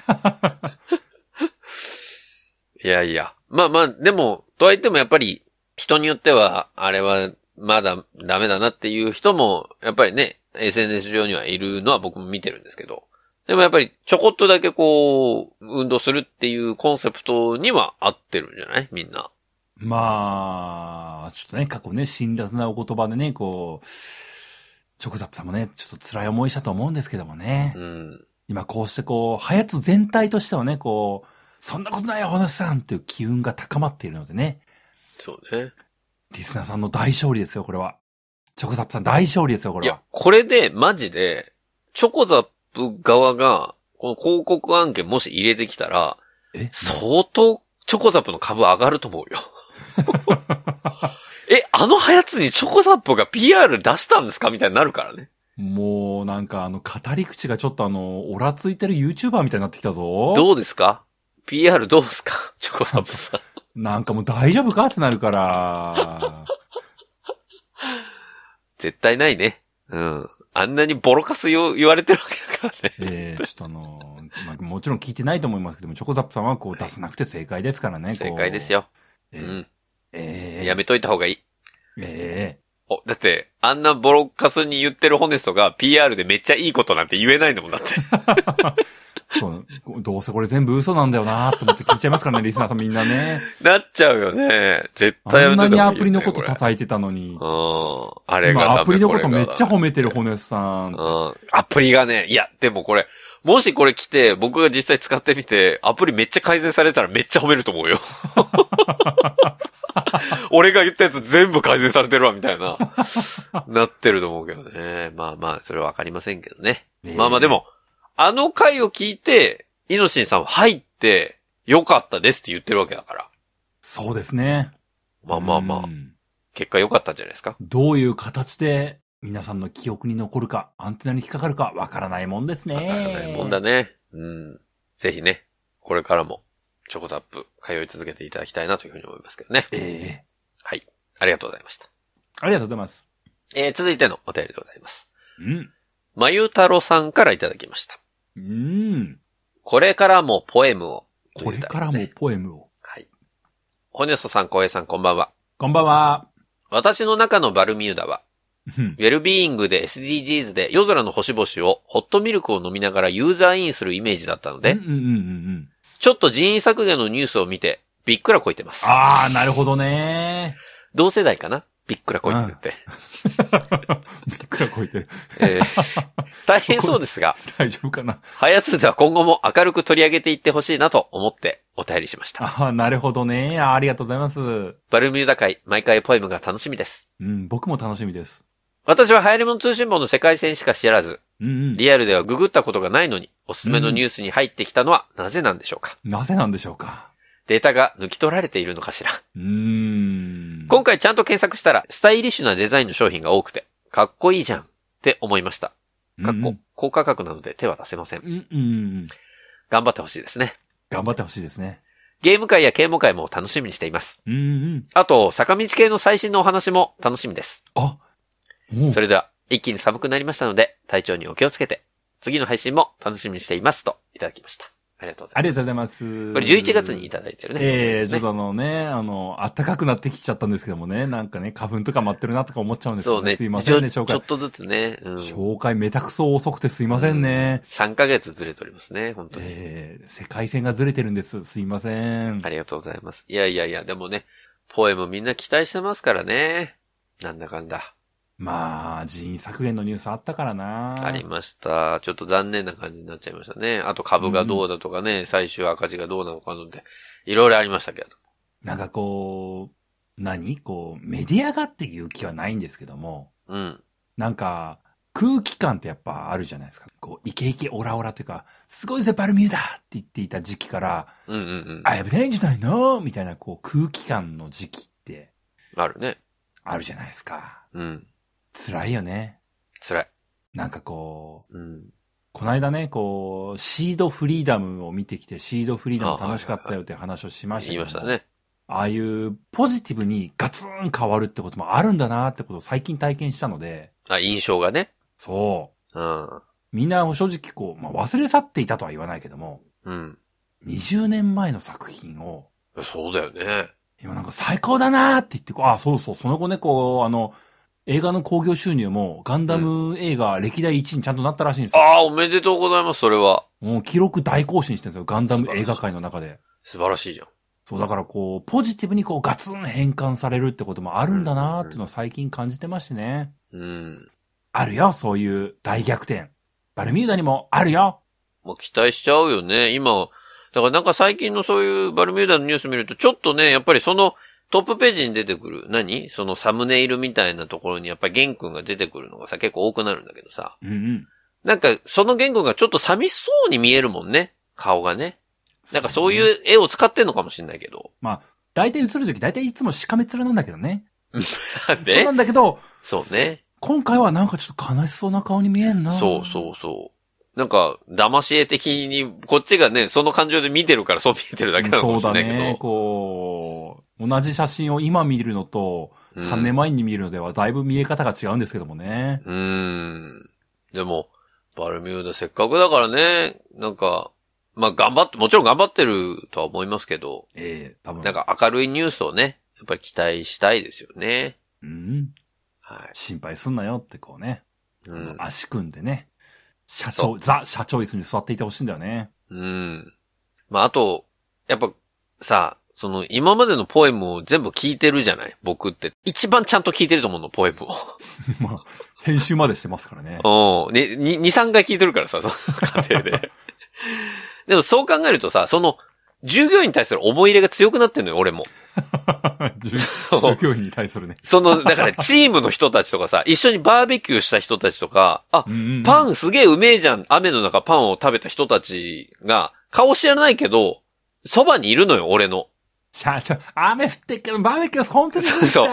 いやいや。まあ、でも、とはいってもやっぱり、人によっては、あれはまだダメだなっていう人も、やっぱりね、SNS 上にはいるのは僕も見てるんですけど。でもやっぱり、ちょこっとだけこう、運動するっていうコンセプトには合ってるんじゃない？みんな。 まあ、ちょっとね、過去ね、辛辣なお言葉でね、こう、チョコザップさんもね、ちょっと辛い思いしたと思うんですけどもね。今こうしてこう、ハヤツ全体としてはね、こう、そんなことないよ、ホネスさんっていう機運が高まっているのでね。 そうね。 リスナーさんの大勝利ですよ、これは。チョコザップさん大勝利ですよ、これは。 いや、これで、マジで、チョコザップ側が、この広告案件もし入れてきたら、相当、チョコザップの株上がると思うよ。あのハヤツにチョコザップが PR 出したんですかみたいになるからね。 もう、なんか語り口がちょっとオラついてる YouTuber みたいになってきたぞ。 どうですか？ PR どうですか？チョコザップさん。なんかもう大丈夫かってなるから。 絶対ないね。うん。あんなにボロカス言われてるわけだからね。ちょっともちろん聞いてないと思いますけども、チョコザップさんはこう出さなくて正解ですからね。 正解ですよ。やめといた方がいい。だって、あんなボロカスに言ってるホネストが PR でめっちゃいいことなんて言えないんだもんだって。 そう、どうせこれ全部嘘なんだよなーと思って聞いちゃいますからね、リスナーさんみんなね。 なっちゃうよね。絶対やめといた方がいい、ね。 あんなにアプリのこと叩いてたのに。 あれがダメ。 今アプリのことめっちゃ褒めてるホネスさん。 アプリがね、いや、でもこれ、もしこれ来て、僕が実際使ってみて、アプリめっちゃ改善されたらめっちゃ褒めると思うよ。俺が言ったやつ全部改善されてるわ、みたいな。なってると思うけどね。まあ、それはわかりませんけどね。まあでも、あの回を聞いて、イノシンさんは、はいってて、良かったですって言ってるわけだから。 そうですね。 まあ。結果良かったんじゃないですか。 どういう形で皆さんの記憶に残るか、アンテナに引っかかるかわからないもんですね。 わからないもんだね。ぜひね、これからもチョコザップ通い続けていただきたいなというふうに思いますけどね。はい。ありがとうございました。 ありがとうございます。 続いてのお便りでございます。まゆたろさんからいただきました。これからもポエムを。 これからもポエムを。 はい。ホネストさん、小平さん、こんばんは。 こんばんは。 私の中のバルミューダは、ウェルビーイングで SDGs で夜空の星々をホットミルクを飲みながらユーザーインするイメージだったので、ちょっと人員削減のニュースを見て、びっくらこいてます。 あー、なるほどね。 同世代かなびっくらこいてるって。 びっくらこいてる。 大変そうですが、 大丈夫かな。 ハヤツでは今後も明るく取り上げていってほしいなと思ってお便りしました。 ああ、なるほどね。ありがとうございます。 バルミューダ会、毎回ポエムが楽しみです。 僕も楽しみです。 私は流行り物通信簿の世界線しか知らず、リアルではググったことがないのに、おすすめのニュースに入ってきたのはなぜなんでしょうか。 なぜなんでしょうか。 データが抜き取られているのかしら。今回ちゃんと検索したら、スタイリッシュなデザインの商品が多くて、かっこいいじゃんって思いました。高価格なので手は出せません。頑張ってほしいですね。 頑張ってほしいですね。 ゲーム界や啓蒙会も楽しみにしています。あと、坂道系の最新のお話も楽しみです。それでは、一気に寒くなりましたので、体調にお気をつけて、次の配信も楽しみにしていますといただきました。ありがとうございます。 ありがとうございます。 これ11月にいただいてるね。 ちょっと暖かくなってきちゃったんですけどもね、なんかね、花粉とか舞ってるなとか思っちゃうんですけどね。そうね。 すいませんね、紹介。ちょっとずつね。 紹介めたくそ遅くてすいませんね。 3ヶ月ずれておりますね、本当に。 世界線がずれてるんです。すいません。 ありがとうございます。いや、でもね、ポエムみんな期待してますからね。なんだかんだ。 まあ、人員削減のニュースあったからな。 ありました。ちょっと残念な感じになっちゃいましたね。あと株がどうだとかね、最終赤字がどうなのかなんて、いろいろありましたけど。 なんかこう、メディアがっていう気はないんですけども、なんか、空気感ってやっぱあるじゃないですか。イケイケオラオラというか、すごいぜバルミューダって言っていた時期から、危ないんじゃないのみたいな空気感の時期って。 あるね。 あるじゃないですか。辛いよね。 辛い。 なんかこの間ね、シードフリーダムを見てきて、シードフリーダム楽しかったよって話をしましたけど、言いましたね。ああいうポジティブにガツン変わるってこともあるんだなってことを最近体験したので。 印象がね。 そう。みんな正直忘れ去っていたとは言わないけども、20年前の作品を。 そうだよね。 今なんか最高だなって言って、そう、その後ね、映画の興行収入もガンダム映画歴代1位にちゃんとなったらしいんですよ。 おめでとうございます、それは。 もう記録大更新してるんですよ、ガンダム映画界の中で。 素晴らしいじゃん。 そう、だからポジティブにガツン変換されるってこともあるんだなーっていうのを最近感じてましてね。あるよ、そういう大逆転。バルミューダにもあるよ。 もう期待しちゃうよね、今。だからなんか最近のそういうバルミューダのニュース見ると、ちょっとね、やっぱりそのトップページに出てくる、そのサムネイルみたいなところにやっぱりゲン君が出てくるのがさ、結構多くなるんだけどさ。なんかそのゲン君がちょっと寂しそうに見えるもんね、顔がね。なんかそういう絵を使ってんのかもしれないけど。 まあ、大体映るとき大体いつもしかめ面なんだけどね。そうなんだけど。 そうね。 今回はなんかちょっと悲しそうな顔に見えんな。 そう。なんか、騙し絵的に、こっちがね、その感情で見てるからそう見えてるだけなのかもしれないけど。 そうだね。同じ写真を今見るのと、3年前に見るのではだいぶ見え方が違うんですけどもね。 でも、バルミューダせっかくだからね、なんか、まあもちろん頑張ってるとは思いますけど、 多分。 なんか明るいニュースをね、やっぱり期待したいですよね。 はい。心配すんなよって足組んでね。社長椅子に座っていてほしいんだよね。 まあ、あと、やっぱ、さ、今までのポエムを全部聞いてるじゃない僕って。一番ちゃんと聞いてると思うの、ポエムを。 まあ、編集までしてますからね。 2、3回聞いてるからさ、その過程で。でもそう考えるとさ、従業員に対する思い入れが強くなってんのよ、俺も。 従業員に対するね。 だからチームの人たちとかさ、一緒にバーベキューした人たちとか、パンすげえうめえじゃん、雨の中パンを食べた人たちが、顔知らないけど、 そばにいるのよ、俺の。 社長、雨降ってっけど、バーベキュー本当にそう。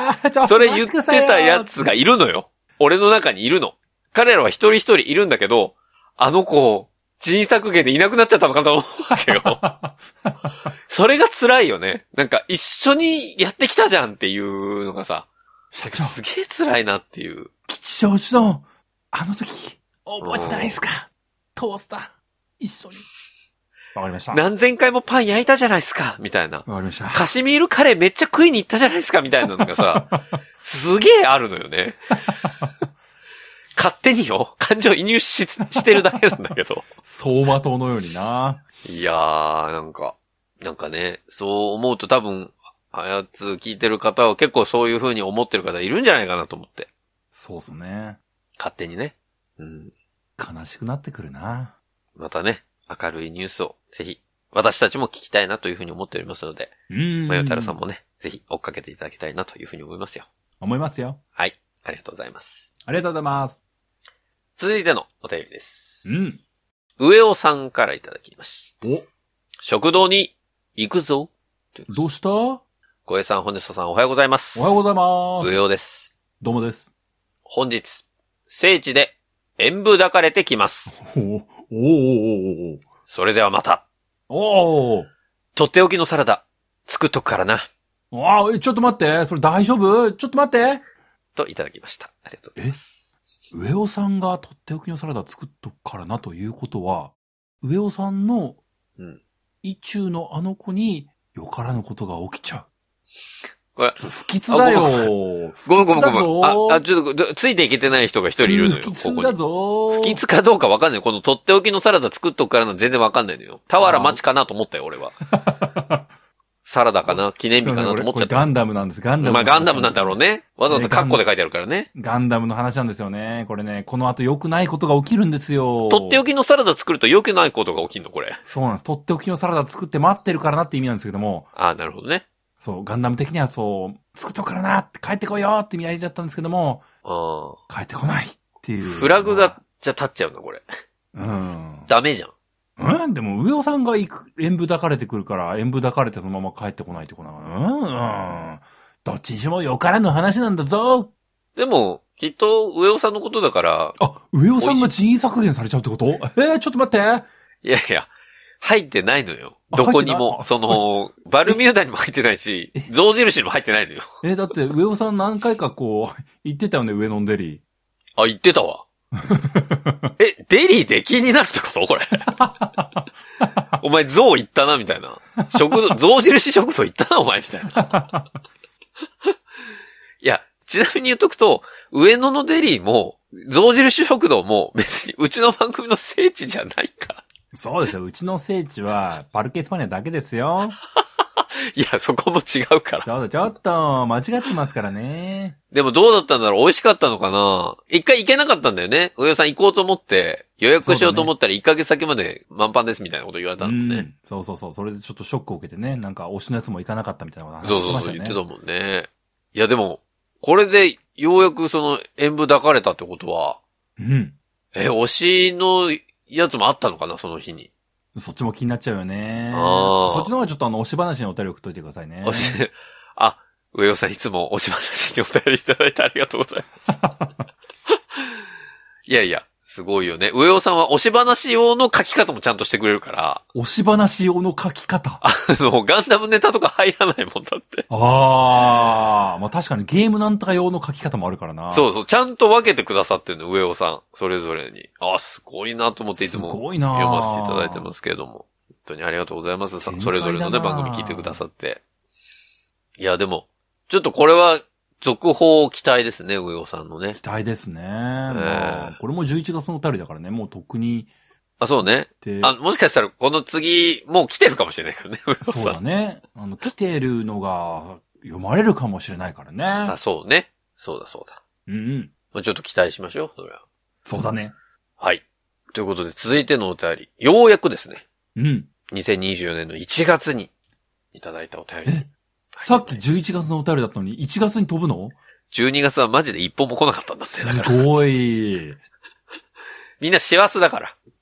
それ言ってたやつがいるのよ。俺の中にいるの。彼らは一人一人いるんだけど、あの子、人作芸でいなくなっちゃったのかと思うわけよ。それが辛いよね。なんか一緒にやってきたじゃんっていうのがさ、 社長。 すげえ辛いなっていう。 吉祥寺の、あの時、覚えてないですか？トースター、一緒に。わかりました。 何千回もパン焼いたじゃないですかみたいな。 わかりました。 カシミールカレーめっちゃ食いに行ったじゃないですかみたいなのがさ、すげえあるのよね。勝手によ、感情移入してるだけなんだけど。 走馬灯のようにな。 いやー、なんかね、そう思うと多分、あやつ聞いてる方は結構そういう風に思ってる方いるんじゃないかなと思って。 そうっすね。 勝手にね。うん。 悲しくなってくるな。 またね、明るいニュースをぜひ、私たちも聞きたいなという風に思っておりますので、まよたらさんもね、ぜひ追っかけていただきたいなという風に思いますよ。 思いますよ。 はい。ありがとうございます。 ありがとうございます。 続いてのお便りです。 うん。 上尾さんからいただきました。 お、 食堂に行くぞ。 どうした？小江さん、ホネストさんおはようございます。 おはようございます。 上尾です。 どうもです。 本日、聖地で演舞抱かれてきます。 お。 それではまた。 おー。 とっておきのサラダ、作っとくからな。 ちょっと待って。それ大丈夫？ちょっと待って。 といただきました。ありがとうございます。 上尾さんがとっておきのサラダ作っとくからなということは、上尾さんの、意中のあの子によからぬことが起きちゃう。 これ、 不吉だよ。 ごめん。ちょっと、ついていけてない人が一人いるのよ。 不吉だぞ。 不吉かどうかわかんない。このとっておきのサラダ作っとくからな全然わかんないのよ。俵町かなと思ったよ、俺は。サラダかな記念日かなと思っちゃった。 ガンダムなんです。ガンダム。 まあガンダムなんだろうね。わざわざカッコで書いてあるからね。 ガンダムの話なんですよね。これね、この後良くないことが起きるんですよ。 とっておきのサラダ作ると良くないことが起きるのこれ。 そうなんです。とっておきのサラダ作って待ってるからなって意味なんですけども。 ああ、なるほどね。 そう、ガンダム的にはそう、作っとくからなって帰ってこいよって意味合いだったんですけども。帰ってこないっていう。 フラグが、じゃ立っちゃうのこれ。ダメじゃん。 でも、上尾さんが演舞抱かれてくるから、演舞抱かれてそのまま帰ってこないってことなの。どっちにしろよからぬ話なんだぞ。 でも、きっと上尾さんのことだから。 上尾さんが人員削減されちゃうってこと？ちょっと待って。 いやいや、入ってないのよ。どこにも。バルミューダにも入ってないし、象印にも入ってないのよ。 だって上尾さん何回かこう、言ってたよね、上野デリー。 言ってたわ。デリーで気になるってことこれ。お前象行ったな、みたいな。象印食堂行ったな、お前、みたいな。いや、ちなみに言っとくと、上野のデリーも、象印食堂も別にうちの番組の聖地じゃないから。 そうですよ。うちの聖地は、パルケ・エスパニアだけですよ。 いや、そこも違うから。 ちょっと、間違ってますからね。 でもどうだったんだろう？美味しかったのかな？一回行けなかったんだよね。上尾さん行こうと思って、予約しようと思ったら1ヶ月先まで満帆ですみたいなこと言われたんだね。 そう。それでちょっとショックを受けてね。なんか推しのやつも行かなかったみたいなこと話してましたね。 そう、言ってたもんね。いやでも、これでようやく演舞抱かれたってことは、推しのやつもあったのかな、その日に。 そっちも気になっちゃうよね。そっちの方はちょっと推し話にお便り送っといてくださいね。 上尾さんいつも推し話にお便りいただいてありがとうございます。いや、すごいよね。上尾さんは推し話用の書き方もちゃんとしてくれるから。 推し話用の書き方ガンダムネタとか入らないもんだって。 まあ確かにゲームなんとか用の書き方もあるからな。 そう、ちゃんと分けてくださってるの、上尾さん。それぞれに。すごいなと思っていつも読ませていただいてますけれども。本当にありがとうございます。それぞれのね、番組聞いてくださって。いや、でも、ちょっとこれは、続報期待ですね、上尾さんのね。 期待ですね。これも11月のお便りだからね、もう特に。 そうね。もしかしたらこの次、もう来てるかもしれないからね、上尾さん。 そうだね。来てるのが読まれるかもしれないからね。 そうね。そうだ。ちょっと期待しましょう、それは。 そうだね。 はい。ということで、続いてのお便り。ようやくですね。2024年の1月にいただいたお便り。 さっき11月のお便りだったのに、1月に飛ぶの？ 12 月はマジで一本も来なかったんだって。 すごい。 みんな師走だから。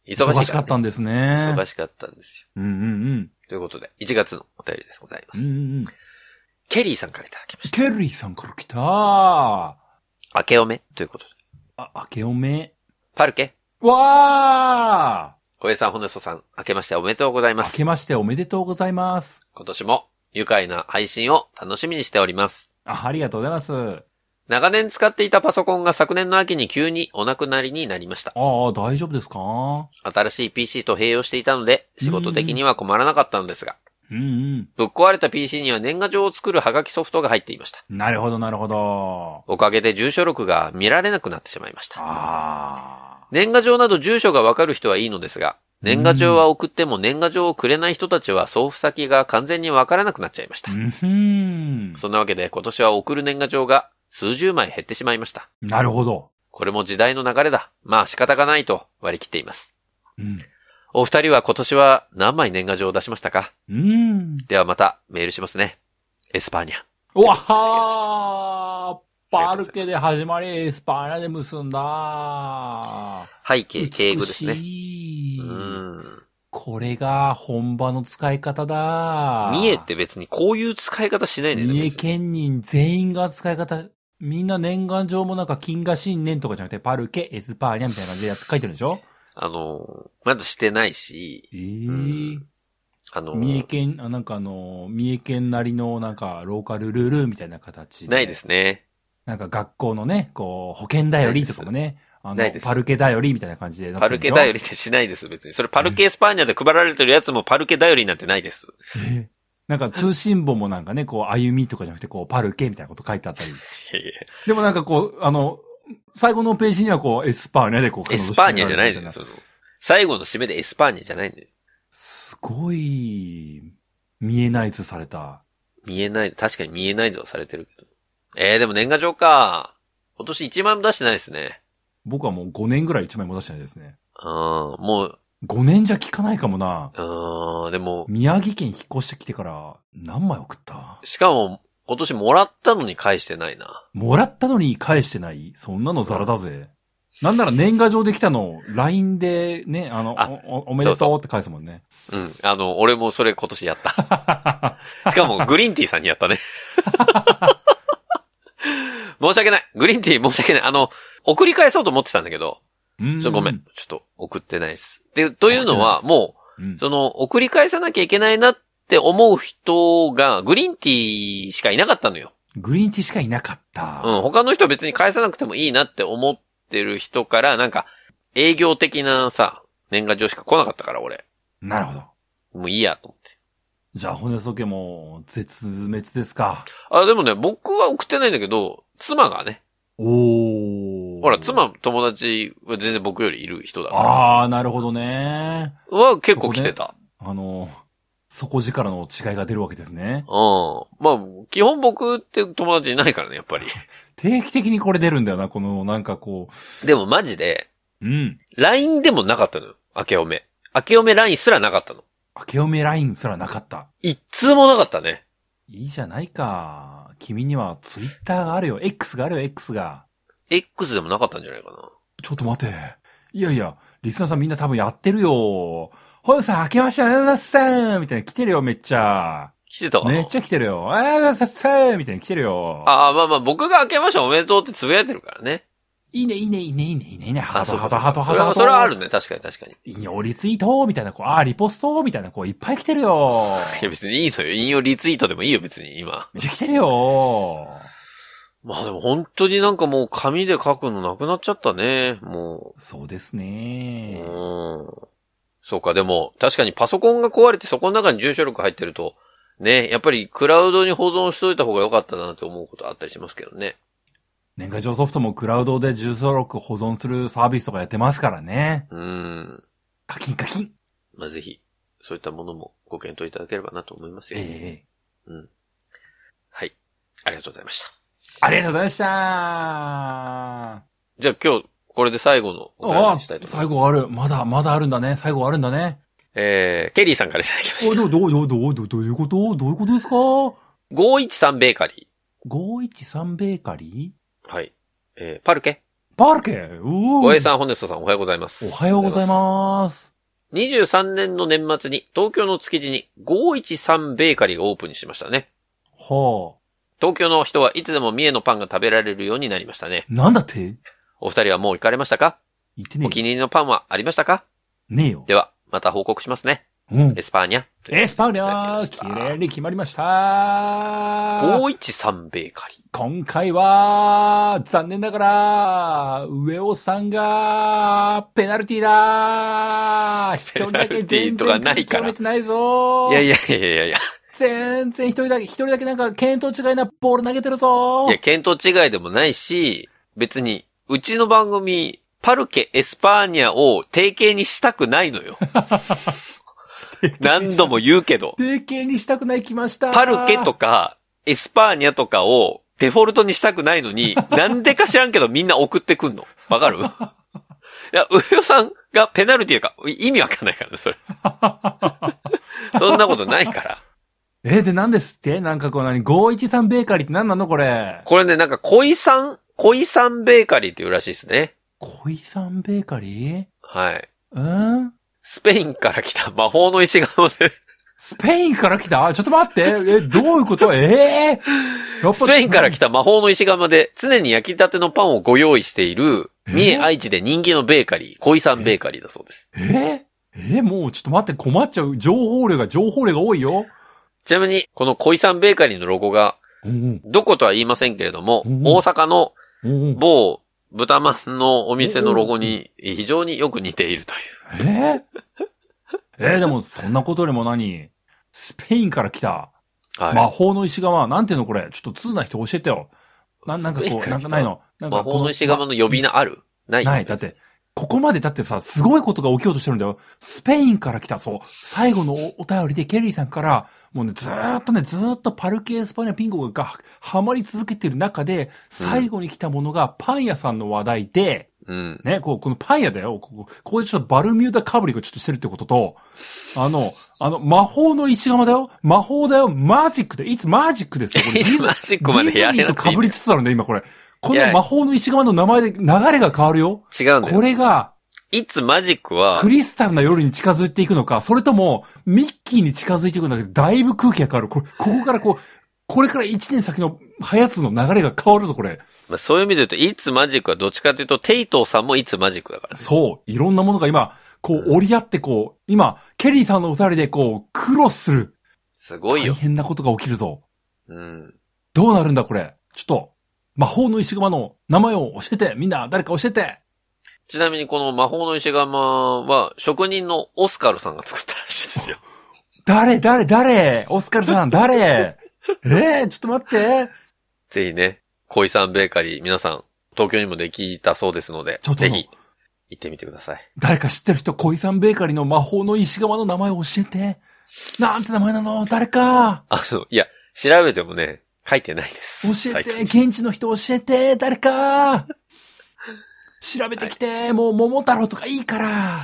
忙しかったんですね。 忙しかったんですよ。ということで、1月のお便りでございます。ケリーさんからいただきました。 ケリーさんから来た。 明けおめということで。 明けおめ。 パルケ。 わー。 小江さん、ホネソさん、明けましておめでとうございます。 明けましておめでとうございます。 今年も愉快な配信を楽しみにしております。 ありがとうございます。 長年使っていたパソコンが昨年の秋に急にお亡くなりになりました。 大丈夫ですか？ 新しい PC と併用していたので、仕事的には困らなかったのですが、ぶっ壊れた PC には年賀状を作るハガキソフトが入っていました。 なるほど、なるほど。 おかげで住所録が見られなくなってしまいました。年賀状など住所がわかる人はいいのですが、年賀状は送っても年賀状をくれない人たちは送付先が完全にわからなくなっちゃいました。そんなわけで今年は送る年賀状が数十枚減ってしまいました。 なるほど。 これも時代の流れだ。まあ仕方がないと割り切っています。お二人は今年は何枚年賀状を出しましたか？ではまたメールしますね。エスパーニャ。 うわはー、パルケで始まり、エスパーニャで結んだ。 背景、敬語ですね。 これが本場の使い方だ。 三重って別にこういう使い方しないね。 三重県人全員が使い方、みんな年賀状もなんか金河新年とかじゃなくて、パルケ、エスパーニャみたいな感じで書いてるでしょ？ まずしてないし。 三重県、三重県なりのなんかローカルルールみたいな形で。 ないですね。 なんか学校のね、こう、保健だよりとかもね。パルケだよりみたいな感じで。 パルケだよりってしないです、別に。それパルケエスパーニャで配られてるやつもパルケだよりなんてないです。 なんか通信簿もなんかね、こう、歩みとかじゃなくて、こう、パルケみたいなこと書いてあったり。でもなんかこう、最後のページにはこう、エスパーニャでこう、 エスパーニャじゃないのよ。最後の締めでエスパーニャじゃないのよ。 すごい、見えない図された。 確かに見えない図はされてるけど。でも年賀状か。今年1枚も出してないですね。 僕はもう5年ぐらい1枚も出してないですね。 もう。 5年じゃ効かないかもな。 でも。 宮城県引っ越してきてから何枚送った？ しかも、今年もらったのに返してないな。 もらったのに返してない？そんなのザラだぜ。なんなら年賀状できたの、LINE でね、おめでとうって返すもんね。 俺もそれ今年やった。しかも、グリーンティーさんにやったね。申し訳ない。グリーンティー申し訳ない。送り返そうと思ってたんだけど、ごめん。ちょっと送ってないです。というのは、もう、送り返さなきゃいけないなって思う人が、グリーンティーしかいなかったのよ。 グリーンティーしかいなかった。 他の人は別に返さなくてもいいなって思ってる人から、なんか、営業的なさ、年賀状しか来なかったから、俺。 なるほど。 もういいや、と思って。 じゃあ、骨そけも、絶滅ですか。 でもね、僕は送ってないんだけど、妻がね。ほら、友達は全然僕よりいる人だから。なるほどね。 は結構来てた。 底力の違いが出るわけですね。 まあ、基本僕って友達いないからね、やっぱり。 定期的にこれ出るんだよな、この、なんかこう。でもマジで、LINE でもなかったのよ、明けおめ。明けおめ LINE すらなかったの。 明けおめ LINE すらなかった。 一通もなかったね。 いいじゃないか。君には Twitter があるよ。X があるよ、X が。 X でもなかったんじゃないかな。 ちょっと待て。いやいや、リスナーさんみんな多分やってるよ。ほんさん、明けましておめでとうございますみたいな来てるよ、めっちゃ。 来てたかな？ めっちゃ来てるよ。ありがとうございますみたいな来てるよ。 まあ、僕が明けましておめでとうってつぶやいてるからね。 いいね。ハート。 それはあるね。確かに。 引用リツイートみたいな、リポストみたいな、いっぱい来てるよ。 いや、別にいいのよ。引用リツイートでもいいよ、別に、今。 めっちゃ来てるよ。 まあでも本当になんかもう紙で書くのなくなっちゃったね、もう。そうですね。 そうか、でも、確かにパソコンが壊れてそこの中に住所録入ってると、ね、やっぱりクラウドに保存しといた方が良かったなって思うことあったりしますけどね。 年賀状ソフトもクラウドで住所録保存するサービスとかやってますからね。課金。 まあ、ぜひ、そういったものもご検討いただければなと思いますよ。はい。ありがとうございました。 ありがとうございました。 じゃあ今日、これで最後のお話にしたいと思います。 最後ある。まだあるんだね。最後あるんだね。 ケリーさんからいただきました。 どういうことですか？ 513 ベーカリー。 513ベーカリーはい。パルケ。 パルケ小江さん、ホネストさん、おはようございます。 おはようございます。 23年の年末に東京の築地に513ベーカリーがオープンしましたね。 はあ。 東京の人はいつでも三重のパンが食べられるようになりましたね。 なんだって？ お二人はもう行かれましたか？ 行ってねえよ。 お気に入りのパンはありましたか？ ねえよ。 では、また報告しますね。エスパーニャ。 エスパーニャ綺麗に決まりました。 513ベーカリー。 今回は、残念ながら、上尾さんが、ペナルティーだー。一人だけ全然決めてないぞー。 いやいやいやいやいや。 全然一人だけなんか、見当違いなボール投げてるぞー。 いや、見当違いでもないし、別に、うちの番組、パルケ・エスパーニャを定型にしたくないのよ。何度も言うけど。 定型にしたくない来ました。 パルケとか、エスパーニャとかをデフォルトにしたくないのに、なんでか知らんけどみんな送ってくんの。わかる？いや、上尾さんがペナルティーか、意味わかんないからね、それ。そんなことないから。 で、何ですってなんかこう513ベーカリーって何なのこれ。 これね、なんか恋さんベーカリーっていうらしいですね。 恋さんベーカリー？ はい。 スペインから来た魔法の石窯で。 スペインから来た？ちょっと待って。どういうこと？ スペインから来た魔法の石窯で常に焼きたてのパンをご用意している、三重愛知で人気のベーカリー、恋さんベーカリーだそうです。 もうちょっと待って、困っちゃう。情報量が多いよ。 ちなみに、この恋さんベーカリーのロゴが、どことは言いませんけれども、大阪の某豚まんのお店のロゴに非常によく似ているという。 でもそんなことよりもスペインから来た、魔法の石窯、なんていうのこれ、ちょっと通な人教えてよ。なんかこう、なんかないの。 魔法の石窯の呼び名ある？ない。 だって、ここまでだってさ、すごいことが起きようとしてるんだよ。スペインから来た、そう。最後のお便りでケリーさんから、もうね、ずーっとパルケ・エスパニャピンゴがハマり続けてる中で、最後に来たものがパン屋さんの話題で、ね、このパン屋だよ。ここでちょっとバルミューダかぶりをちょっとしてるってことと、魔法の石窯だよ。魔法だよ。マジックで、いつマジックですよ。これマジックまでやれなくていい。 ディズニーと被りつつあるんだよ、今これ。この魔法の石窯の名前で流れが変わるよ。 違うんだよ。 これが、 いつマジックは、 クリスタルな夜に近づいていくのか、それとも、ミッキーに近づいていくんだけど、だいぶ空気が変わる。ここからこれから1年先のやつの流れが変わるぞ、これ。 そういう意味で言うと、いつマジックはどっちかというと、テイトーさんもいつマジックだからね。 そう。いろんなものが今、折り合って今、ケリーさんの二人でクロスする。 すごいよ。 大変なことが起きるぞ。どうなるんだ、これ。ちょっと、魔法の石窯の名前を教えて、みんな、誰か教えて。 ちなみにこの魔法の石窯は、職人のオスカルさんが作ったらしいですよ。 誰オスカルさん、誰ちょっと待って。 ぜひね、恋さんベーカリー、皆さん、東京にもできたそうですので、ぜひ、行ってみてください。 誰か知ってる人、恋さんベーカリーの魔法の石窯の名前を教えて。なんて名前なの？誰か。 いや、調べてもね、書いてないです。 教えて、現地の人教えて、誰か。調べてきて、もう桃太郎とかいいから。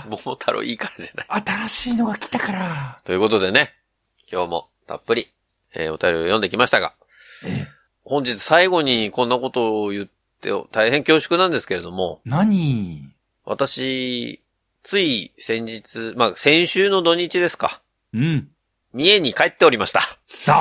桃太郎いいからじゃない。 新しいのが来たから。 ということでね、今日もたっぷり、お便りを読んできましたが、本日最後にこんなことを言って大変恐縮なんですけれども。 何？ 私、つい先日、先週の土日ですか。三重に帰っておりました。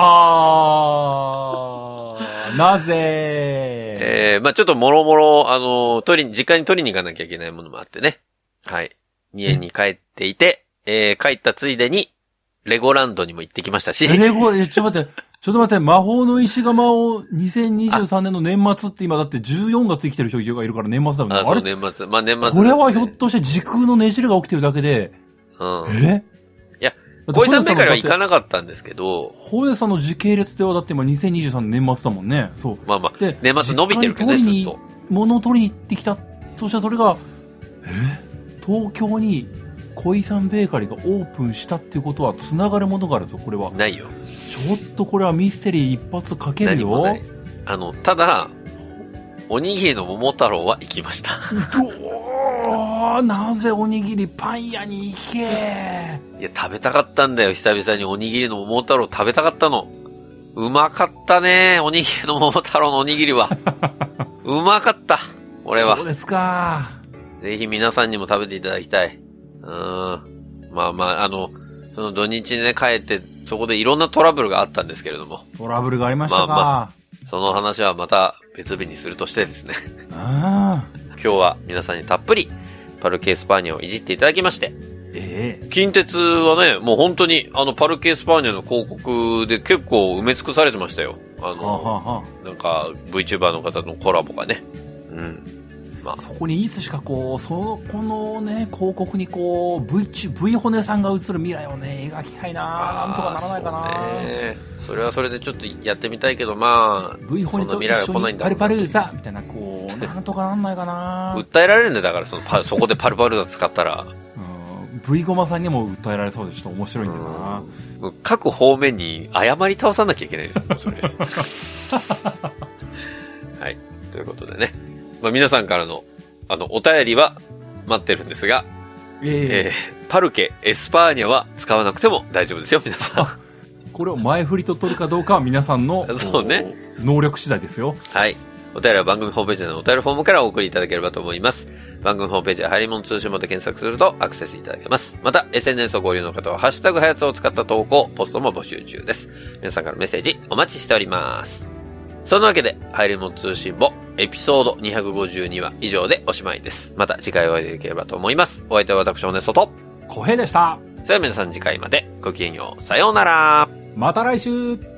なぜ？ ちょっともろもろ、実家に取りに行かなきゃいけないものもあってね。はい。三重に帰っていて、帰ったついでに、レゴランドにも行ってきましたし。 ちょっと待って、魔法の石窯を2023年の年末って今だって14月生きてる人がいるから年末だもんね。 そう、年末。年末、ね。 これはひょっとして時空のねじれが起きてるだけで。 いや、小井さんベーカリーは行かなかったんですけど。 ホネさんの時系列ではだって今2023年年末だもんね。そう。 で、年末伸びてるけどね、ずっと。 物を取りに行ってきた。そしたらそれが、東京に小井さんベーカリーがオープンしたっていうことは繋がるものがあるぞ、これは。 ないよ。 ちょっとこれはミステリー一発かけるよ。 何もない。ただ、おにぎりの桃太郎は行きました。 なぜおにぎりパン屋に行け。 いや、食べたかったんだよ。久々におにぎりの桃太郎食べたかったの。うまかったね。おにぎりの桃太郎のおにぎりは。うまかった。 俺は。 そうですか。 ぜひ皆さんにも食べていただきたい。まあまあ、その土日ね、帰って、そこでいろんなトラブルがあったんですけれども。 トラブルがありましたか。 まあ、その話はまた別日にするとしてですね。今日は皆さんにたっぷり、パルケ・エスパーニャをいじっていただきまして。近鉄はね、もう本当にパルケ・エスパーニャの広告で結構埋め尽くされてましたよ。なんか VTuber の方のコラボがね。 まあ、そこにいつしかこのね、広告にV 骨さんが映る未来をね、描きたいな。なんとかならないかな。 それはそれでちょっとやってみたいけど、まあ、 V 骨と一緒にパルパルーザみたいな、なんとかなんないかな。 訴えられるんだよ、だからそこでパルパルーザ使ったら。 V ゴマさんにも訴えられそうでちょっと面白いんだよな。 各方面に謝り倒さなきゃいけないそれ。はい。ということでね。まあ皆さんからの、お便りは待ってるんですが、パルケ、エスパーニャは使わなくても大丈夫ですよ、皆さん。 これを前振りと取るかどうかは皆さんの、 そうね。 能力次第ですよ。 はい。お便りは番組ホームページのお便りフォームからお送りいただければと思います。番組ホームページはハイリモン通信簿で検索するとアクセスいただけます。また、SNS をご利用の方はハッシュタグはやつを使った投稿、ポストも募集中です。皆さんからメッセージお待ちしております。そんなわけで、ハイリモン通信簿エピソード252は以上でおしまいです。また次回お会いできればと思います。お相手は私、ホネストと小平でした。 それでは皆さん次回までごきげんよう。さようなら。 また来週。